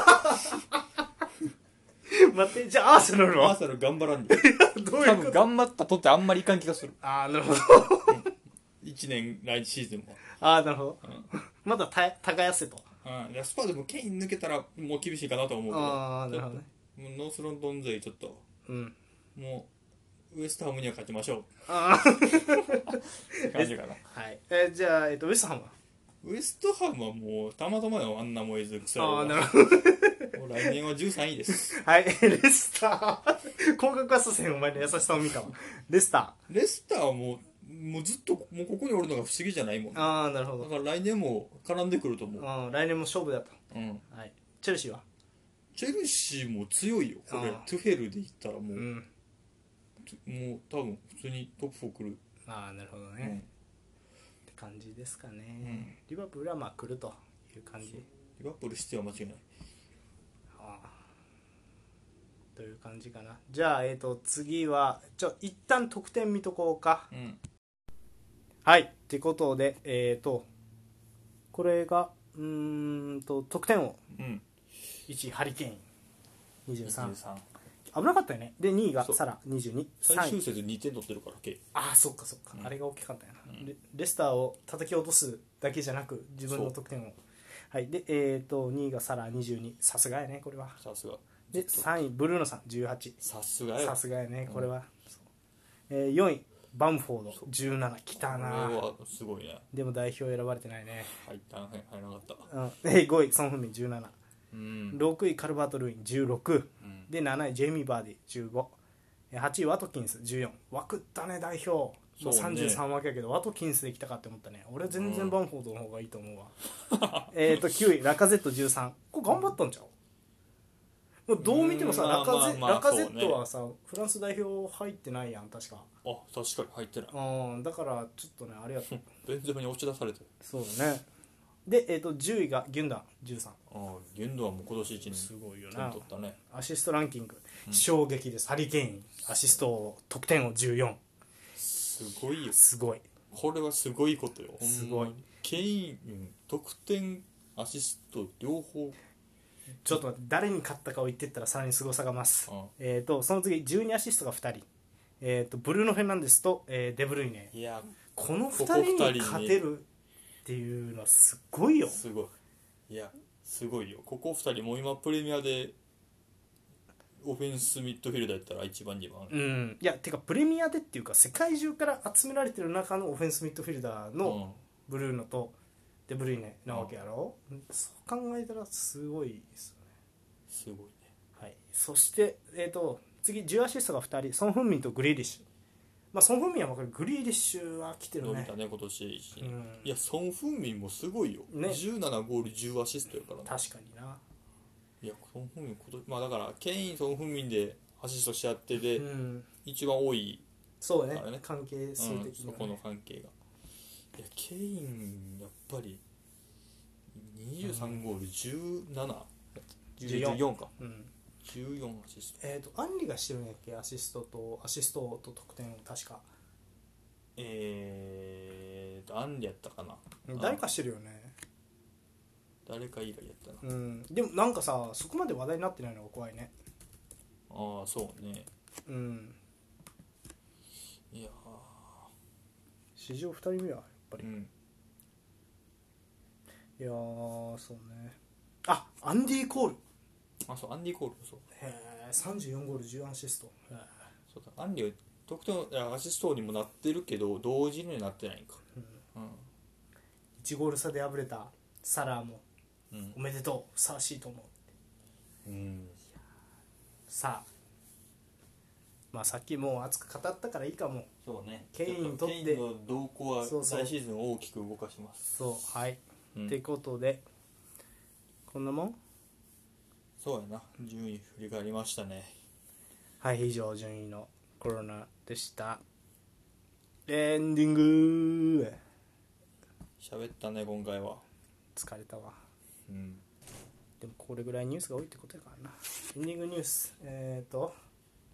待って、じゃあアーセナルはアーセナル頑張らんでどういうこと？多分頑張ったとってあんまりいかん気がする。 ああなるほどいちねん来シーズンもああなるほど、うん、まだた耕せと、 うん、スパーズもケイン抜けたらもう厳しいかなと思うけど、ああなるほどね、もうノースロンドン勢ちょっと、うん、もうウエストハムには勝ちましょうああ感じかなはい、 えー、じゃあ、えっと、ウエストハムはウエストハムはもうたまたまよ、あんな燃えずくさああなるほど来年はじゅうさんいですはいレスター降格はさせんお前の優しさを見たわレスターレスターはもうもうずっともうここにおるのが不思議じゃないもん、ね、 ああなるほど、 だから来年も絡んでくると思う、 あ来年も勝負だと、うんはい、チェルシーはチェルシーも強いよこれ、トゥフェルで言ったらもう、うん、もう多分普通にトップフォー来る。 ああなるほどね、うん、って感じですかね、うん、リバプールはまあ来るという感じ。 リバプールしては間違いない、 ああという感じかな。じゃあ、えーと次はちょ一旦得点見とこうか、うん、はいってことでえっ、ー、とこれがうーんと得点王、うん、いちいハリケーンにじゅうさん、にじゅうさん危なかったよね。でにいがサラにじゅうに、 最終節にてん取ってるからけああそっかそっか、うん、あれが大きかったよな、うん、レ, レスターを叩き落とすだけじゃなく自分の得点をはいでえっ、ー、とにいがサラにじゅうに、さすがやねこれは、 さすがでさんいブルーノさんじゅうはち、 さすがやさすがやねこれは、うん、えー、よんいバンフォードじゅうなな、来たな。 これはすごいね。 でも代表選ばれてないね。 入った入らなかった、 うん、でごいソン・フンミンじゅうなな、うん、ろくいカルバート・ルインじゅうろく、うん、でなないジェイミー・バーディじゅうご、はちいワトキンスじゅうよん、枠ったね代表、ね、さんじゅうさん枠やけどワトキンスで来たかって思ったね。俺全然バンフォードの方がいいと思うわ、うん、えっときゅういラカゼットじゅうさん、これ頑張ったんちゃう。どう見てもさ、ラカゼ、まあまあまあラカゼットはさ、ね、フランス代表入ってないやん確か。 あ、確かに入ってない。 うん、だからちょっとねありがとうベンゼマに押し出されてる。 そうだね。で、えー、とじゅういがギュンダンじゅうさん。 ああ、ギュンダンはもう今年いちねんすごいよな。 取ったね。 アシストランキング、うん、衝撃です。ハリケーンアシスト得点をじゅうよん。 すごいよ。 すごい。 これはすごいことよ。 すごい。 ケイン得点アシスト両方。 ちょっと待って、誰に勝ったかを言ってったらさらにすごさが増す。ああえー、とその次じゅうにアシストがふたり、えー、とブルーノ・フェルナンデスと、えー、デブルイネ。 いやこのふたりに勝てるっていうのはすごいよ。 すごい。いやすごいよ。ここふたりも今プレミアでオフェンスミッドフィルダーやったらいちばんにばん、 うん、いやてかプレミアでっていうか世界中から集められてる中のオフェンスミッドフィルダーのブルーノとデブルイネなわけやろ、うん、そう考えたらすごいですよね。 すごいね。 はい、そして、えー、と次じゅうアシストがふたり、ソン・フンミンとグリーリッシュ。まあソン・フンミンは分かる。グリーリッシュは来てるね。 伸びたね今年、うん、いやソン・フンミンもすごいよ、ね、じゅうななゴールじゅうアシストやから、ね、 確かにな。 いやソン・フンミン今年、まあだからケインソン・フンミンでアシストし合ってで、うん、一番多い、 そうね、関係数的に、ね、うん、 そこの関係が。いやケインやっぱりにじゅうさんゴールじゅうなな、じゅうよんか、うん、じゅうよんアシスト。 えっ、ー、とアンリがしてるんやっけ、アシストとアシストと得点を確か。 えーとアンリやったかな。 誰かしてるよね。 誰か以外やったな。 うん。でもなんかさそこまで話題になってないのが怖いね。 ああそうね。 うん。 いや史上ふたりめはやっぱり、 うん、 いやーそうね。あアンディ・コール。 あそうアンディ・コールそうへえさんじゅうよんゴールじゅうアシスト。へそうだアンディは得点いやアシストにもなってるけど同時にはなってないんか、うんうん、 いちゴール差で敗れたサラーも、 うん、 おめでとうふさわしいと思う、うん、さあまあさっきもう熱く語ったからいいかも。 そうねケインにとってケインの動向はそうそう来シーズンを大きく動かします。 そうはい、 うん、 ってことでこんなもん。 そうやな順位振り返りましたね。 はい以上順位のコロナでした。エンディング。 喋ったね今回は。 疲れたわ、 うん、 でもこれぐらいニュースが多いってことやからな。エンディングニュースえっ、ー、と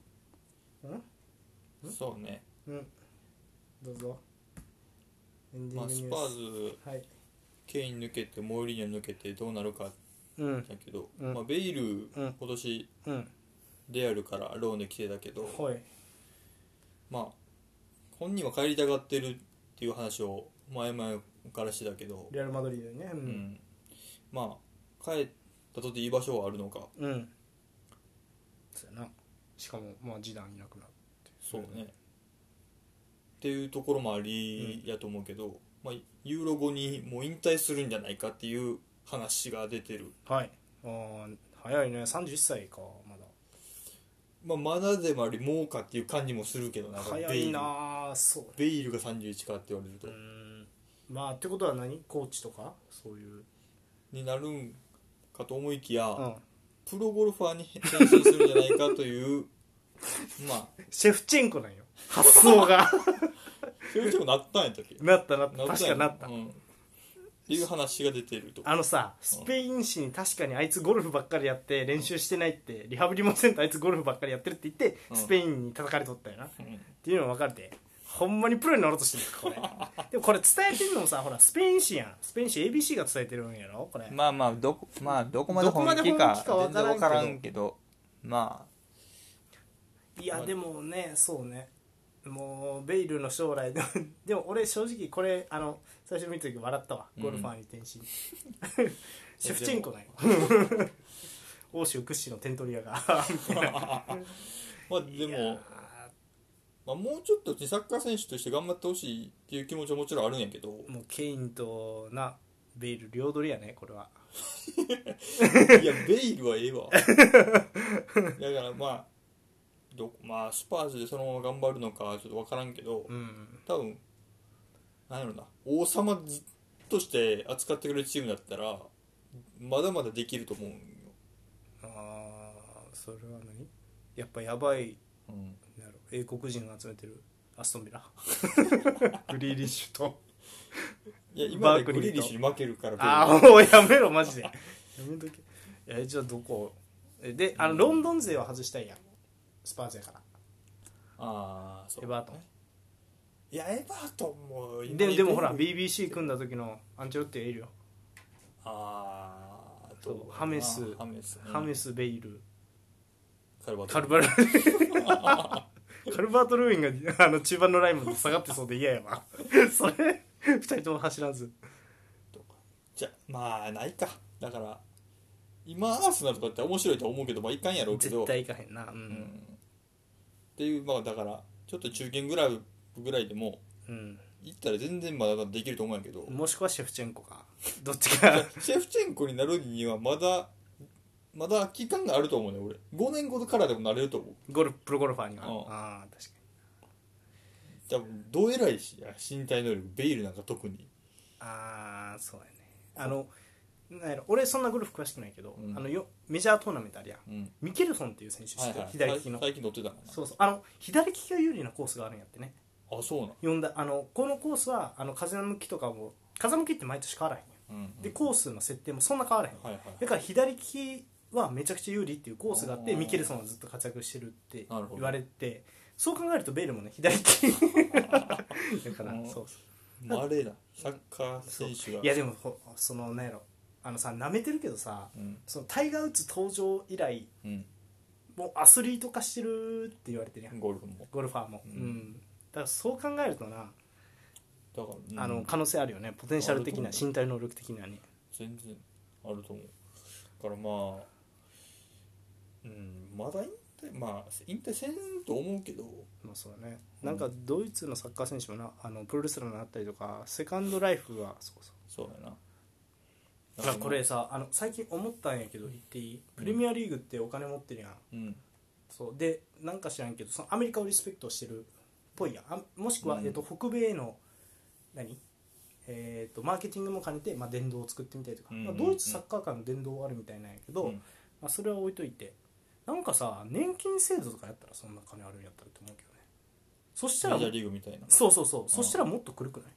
んそうねうんどうぞ。エンディまあ、 ングニュース、 スパーズ、 はい、 ケイン抜けてモーリーニョ抜けてどうなるかだうんけど、 うんまあ、ベイル、 うん、 今年うんレアルからローンで来てたけど、 はいまあ本人は帰りたがってるっていう話を前々からしてたけど、 レアルマドリードにね。ううんん、まあ帰ったとっていい場所はあるのか。 うんそうやな。しかもまあジダンいなくなってそうね、っていうところもありやと思うけど、まあ、ユーロ後にもう引退するんじゃないかっていう話が出てる。 はいあー早いねさんじゅういっさいかまだ。 まあ、まだでもありもうかっていう感じもするけどな。 早いな。そうベイルがさんじゅういちかって言われるとうーんまあってことは何コーチとかそういうになるんかと思いきや、 うんプロゴルファーに転身するんじゃないかというまあシェフチェンコなんよ発想がそういう人もなったんやったっけ。 なったなったなったんや確かなった、 うん、っていう話が出てると。 あのさスペイン紙に確かにあいつゴルフばっかりやって練習してないってリハビリもせんとあいつゴルフばっかりやってるって言ってうんスペインに叩かれとったよな、 うんっていうのが分かるでほんまにプロになろうとしてるこれでもこれ伝えてるのもさほらスペイン紙やんスペイン紙 エービーシー が伝えてるんやろこれ。 まあまあどこまあどこまで本気どこまで本か気か分全然分からからんんけどまいやでもねそうねもうベイルの将来でもでも俺正直これあの最初見た時笑ったわゴルファーに転身、シェフチェンコだよ欧州屈指の点取り屋がみたいなまあでも、まあ、もうちょっとサッカー選手として頑張ってほしいっていう気持ちはもちろんあるんやけど、 もうケインとなベイル両取りやねこれは。 いやベイルはええわだからまあどまあスパーズでそのまま頑張るのかちょっと分からんけど、 うん、 多分なんやろな王様として扱ってくれるチームだったらまだまだできると思うんよ。 ああそれは何やっぱやばい、 うん、 なる英国人が集めてるアストンビラグリーリッシュといや今までグリーリッシュに負けるから。 ああもうやめろマジでやめとけ。えじゃあどこえであの、うん、ロンドン勢は外したいやんスパーズやから。 ああそう、 エバートン。 いやエバートンもでもでもほら ビービーシー 組んだ時のアンチェロッティがいるよ。 ああそうハメスハメス、 うん、ハメスベイルカルバートカルバルカルバートルーインがあの中盤のラインまで下がってそうで嫌やわそれふたりとも走らずじゃまあないか。だから今アーセナルとかって面白いと思うけど、まあ、いかんやろうけど絶対いかへんな、うんうん、っていうまあだからちょっと中堅ぐらいぐらいでも、うん、行ったら全然まだできると思うんやけど、 もしくはシェフチェンコかどっちかシェフチェンコになるにはまだまだ期間があると思うね俺。ごねんごからでもなれると思うゴルプロゴルファーには。 うん、 ああ確かに。 じゃあどう偉いし身体能力ベイルなんか特に。 ああそうやね。あのなんやろ俺そんなゴルフ詳しくないけど、うん、あのよメジャートーナメントあるやん、うん、ミケルソンっていう選手知ってる、はいはい、左利きの最近乗ってたかな。 そうそうあの左利きが有利なコースがあるんやってね。 あそうなん読んだあのこのコースはあの風向きとかも風向きって毎年変わらへんやん、うんうん、でコースの設定もそんな変わらへん、はいはい、だから左利きはめちゃくちゃ有利っていうコースがあってミケルソンはずっと活躍してるって言われて、そう考えるとベイルもね左利きだからそうそうまれなサッカー選手が。 いやでもそのなんやろあのさ舐めてるけどさ、うん、そのタイガー・ウッズ登場以来、うん、もうアスリート化してるって言われてるやんゴルフもゴルファーも、うんうん、 からそう考えるとな、 だから、うん、 あの可能性あるよね、ポテンシャル的な身体能力的にはね。 全然あると思う。だからまあ、うん、まだ引退、まあ引退せんと思うけど、 まあそうだね、うん、なんかドイツのサッカー選手もな、あのプロレスラーになったりとか、セカンドライフはそうそうそうやな。 だからこれさ、あの最近思ったんやけど言っていい、プレミアリーグってお金持ってるやん、うん、そうでなんか知らんけどそのアメリカをリスペクトしてるっぽいやん。あもしくは、うん、えー、と北米の何、えー、とマーケティングも兼ねて、まあ、殿堂を作ってみたりとか、うんうんうん、まあ、ドイツサッカー界の殿堂あるみたいなんやけど、うん、まあ、それは置いといて、なんかさ年金制度とかやったらそんな金あるんやったらって思うけどね。そしたらメジャーリーグみたいな。 そうそうそう、そしたらもっと来るくない？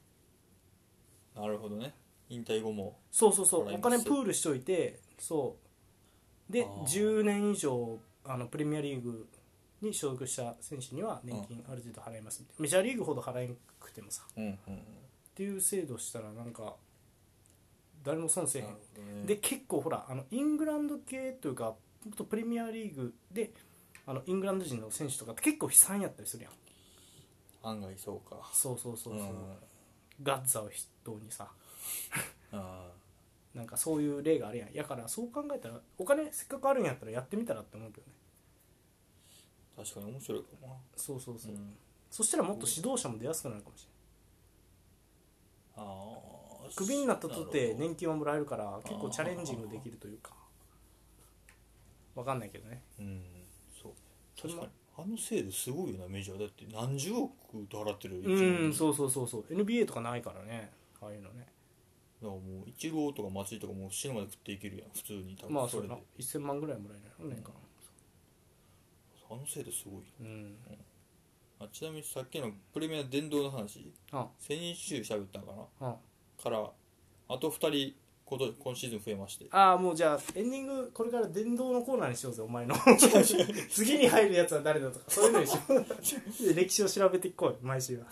なるほどね。引退後もそうそうそう、お金プールしといて、そうでじゅうねん以上あのプレミアリーグに所属した選手には年金ある程度払いますみたいな、メジャーリーグほど払えなくてもさ、うんうんうん、っていう制度したらなんか誰も損せえへん、ね、で結構ほらあのイングランド系というかプレミアリーグであのイングランド人の選手とかって結構悲惨やったりするやん。 案外そうか。 そうそうそうそう、うん、ガッツァを筆頭にさあなんかそういう例があるやん。やからそう考えたらお金せっかくあるんやったらやってみたらって思うけどね。 確かに面白いかもな。 そうそうそう、うん、そしたらもっと指導者も出やすくなるかもしれない。ああ、クビになったとって年金はもらえるから結構チャレンジングできるというか、わかんないけどね。うん、 そう確かにあの制度すごいよな。メジャーだって何十億と払ってる。 うん、そうそうそうそう、 エヌビーエー とかないからね、ああいうのね。 だからもうイチローとか松井とかもう死ぬまで食っていけるやん普通に。多分まあそうだな、いっせんまんぐらいもらえないの年間、 うん、あのせいですごい、うんうん、あちなみにさっきのプレミア殿堂の話、あ先週喋ったのかな、あからあとふたりこと今シーズン増えまして、 ああもうじゃあエンディングこれから殿堂のコーナーにしようぜお前の次に入るやつは誰だとかそういうのにしよう歴史を調べていこうよ毎週、はい、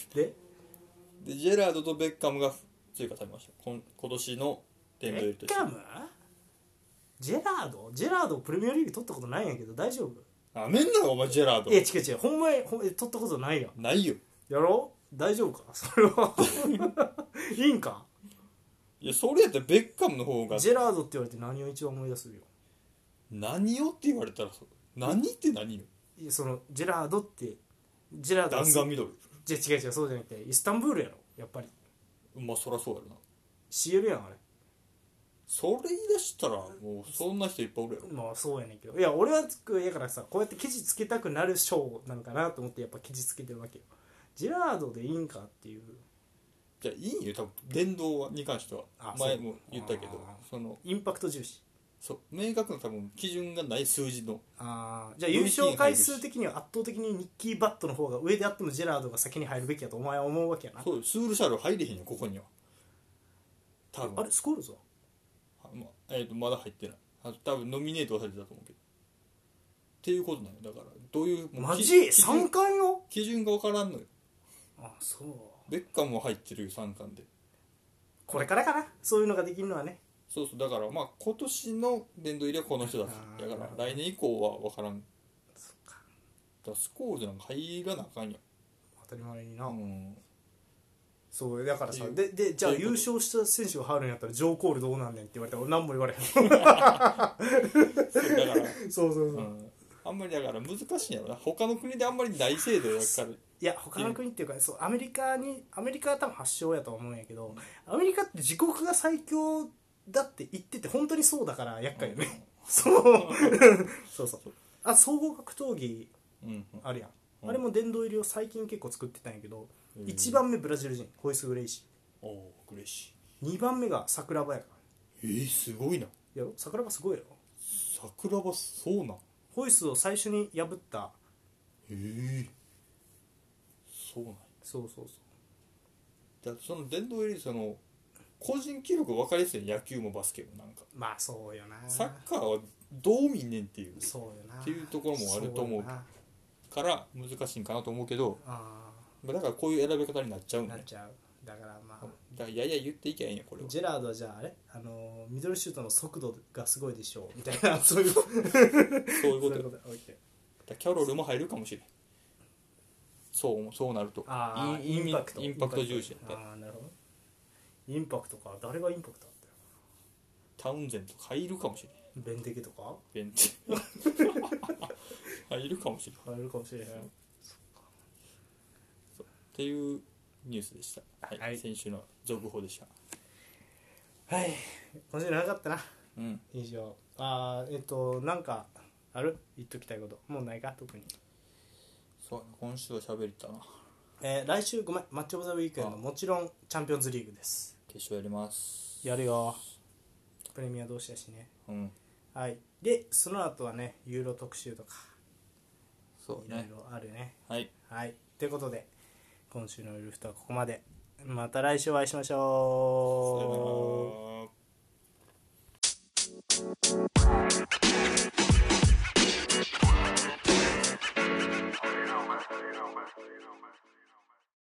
ででジェラードとベッカムが追加されました。今年の殿堂入りとして。 ベッカム？ジェラード？ジェラードプレミアリーグ取ったことないんやけど大丈夫？ あめんなお前ジェラード。 いや違う違うほんまにほん取ったことないやん。 ないよ。 やろう？大丈夫かそれはいいんか。 いやそれやったらベッカムの方が。 ジェラードって言われて何を一番思い出するよ。 何をって言われたら何って何よ。 いやそのジェラードってジェラード弾丸ミドル。 じゃ違う違うそうじゃなくてイスタンブールやろやっぱり。 まあそりゃそうやろな。 シーエル やんあれ。 それ言い出したらもうそんな人いっぱいおるやろ。 まあそうやねんけど、いや俺はやからさこうやって記事つけたくなる賞なんかなと思ってやっぱ記事つけてるわけよ。ジェラードでいいんかっていう。 じゃあいいよ多分電動に関しては前も言ったけどそのインパクト重視。 そう明確な多分基準がない数字の。 ああじゃあ優勝回数的には圧倒的にニッキー・バットの方が上であってもジェラードが先に入るべきやとお前は思うわけやな。 そうスールシャル入れへんよここには多分。あれスコールズはま, えー、とまだ入ってない。あ多分ノミネートはされてたと思うけどっていうことなの。だからどういうマジさんかんよ基準が分からんのよ。 あそうベッカムも入ってるよさんかんで。 これからかなそういうのができるのはね。 そうそうだからまあ今年の殿堂入りはこの人だだから来年以降は分からん。そっかだスコールズなんか入らなあかんよ当たり前にな、うん、そうだからさででじゃあ優勝した選手が入るんやったらジョー・コールどうなんねんって言われたら俺何も言われへんそうだからそうそうそう、うん、 あんまりだから難しいんやろな。他の国であんまりない制度やからいや他の国っていうかそうアメリカにアメリカは多分発祥やと思うんやけどアメリカって自国が最強だって言ってて本当にそうだから厄介よね、うん、そうそうそうあ総合格闘技あるやん、うん、あれも殿堂入りを最近結構作ってたんやけど、うん、いちばんめブラジル人ホイス・グレイシーおグレイシーにばんめが桜庭やからえー、すごいな。 やろ桜庭すごいやろ。 桜庭そうなんホイスを最初に破ったへえそうなんそうそうそうだその殿堂入りその個人記録分かりやすい野球もバスケもなんかまあそうよなサッカーはどう見んねんっていうそうよなっていうところもあると思うから難しいんかなと思うけどあだからこういう選び方になっちゃうねなっちゃうだからまあだからやや言っていけばいいんやこれは。 ジェラードはじゃああれあのミドルシュートの速度がすごいでしょうみたいなそういうそういうことだキャロルも入るかもしれんそうそうなるとあインパクトインパクト重視やった。 ああなるほど。インパクトか。誰がインパクトあったよ。 タウンゼンとか入るかもしれん。 ベンテケとかベンチ入るかもしれん。 入るかもしれへん。 そうっていうニュースでした。はい、はい、先週の続報でした。 はい、今週長かったな。 うん、 以上。あーえっとなんかある？言っときたいこともうないか特に。 そう今週は喋れたな。 えー、来週ごめんマッチオブザウィークエンドもちろんチャンピオンズリーグです。 決勝やります。 やるよ。プレミア同士だしね。 うん。 はい。でその後はねユーロ特集とかそうねいろいろあるね。 はいはいということで今週のウルフトはここまで。また来週お会いしましょう。 さよなら。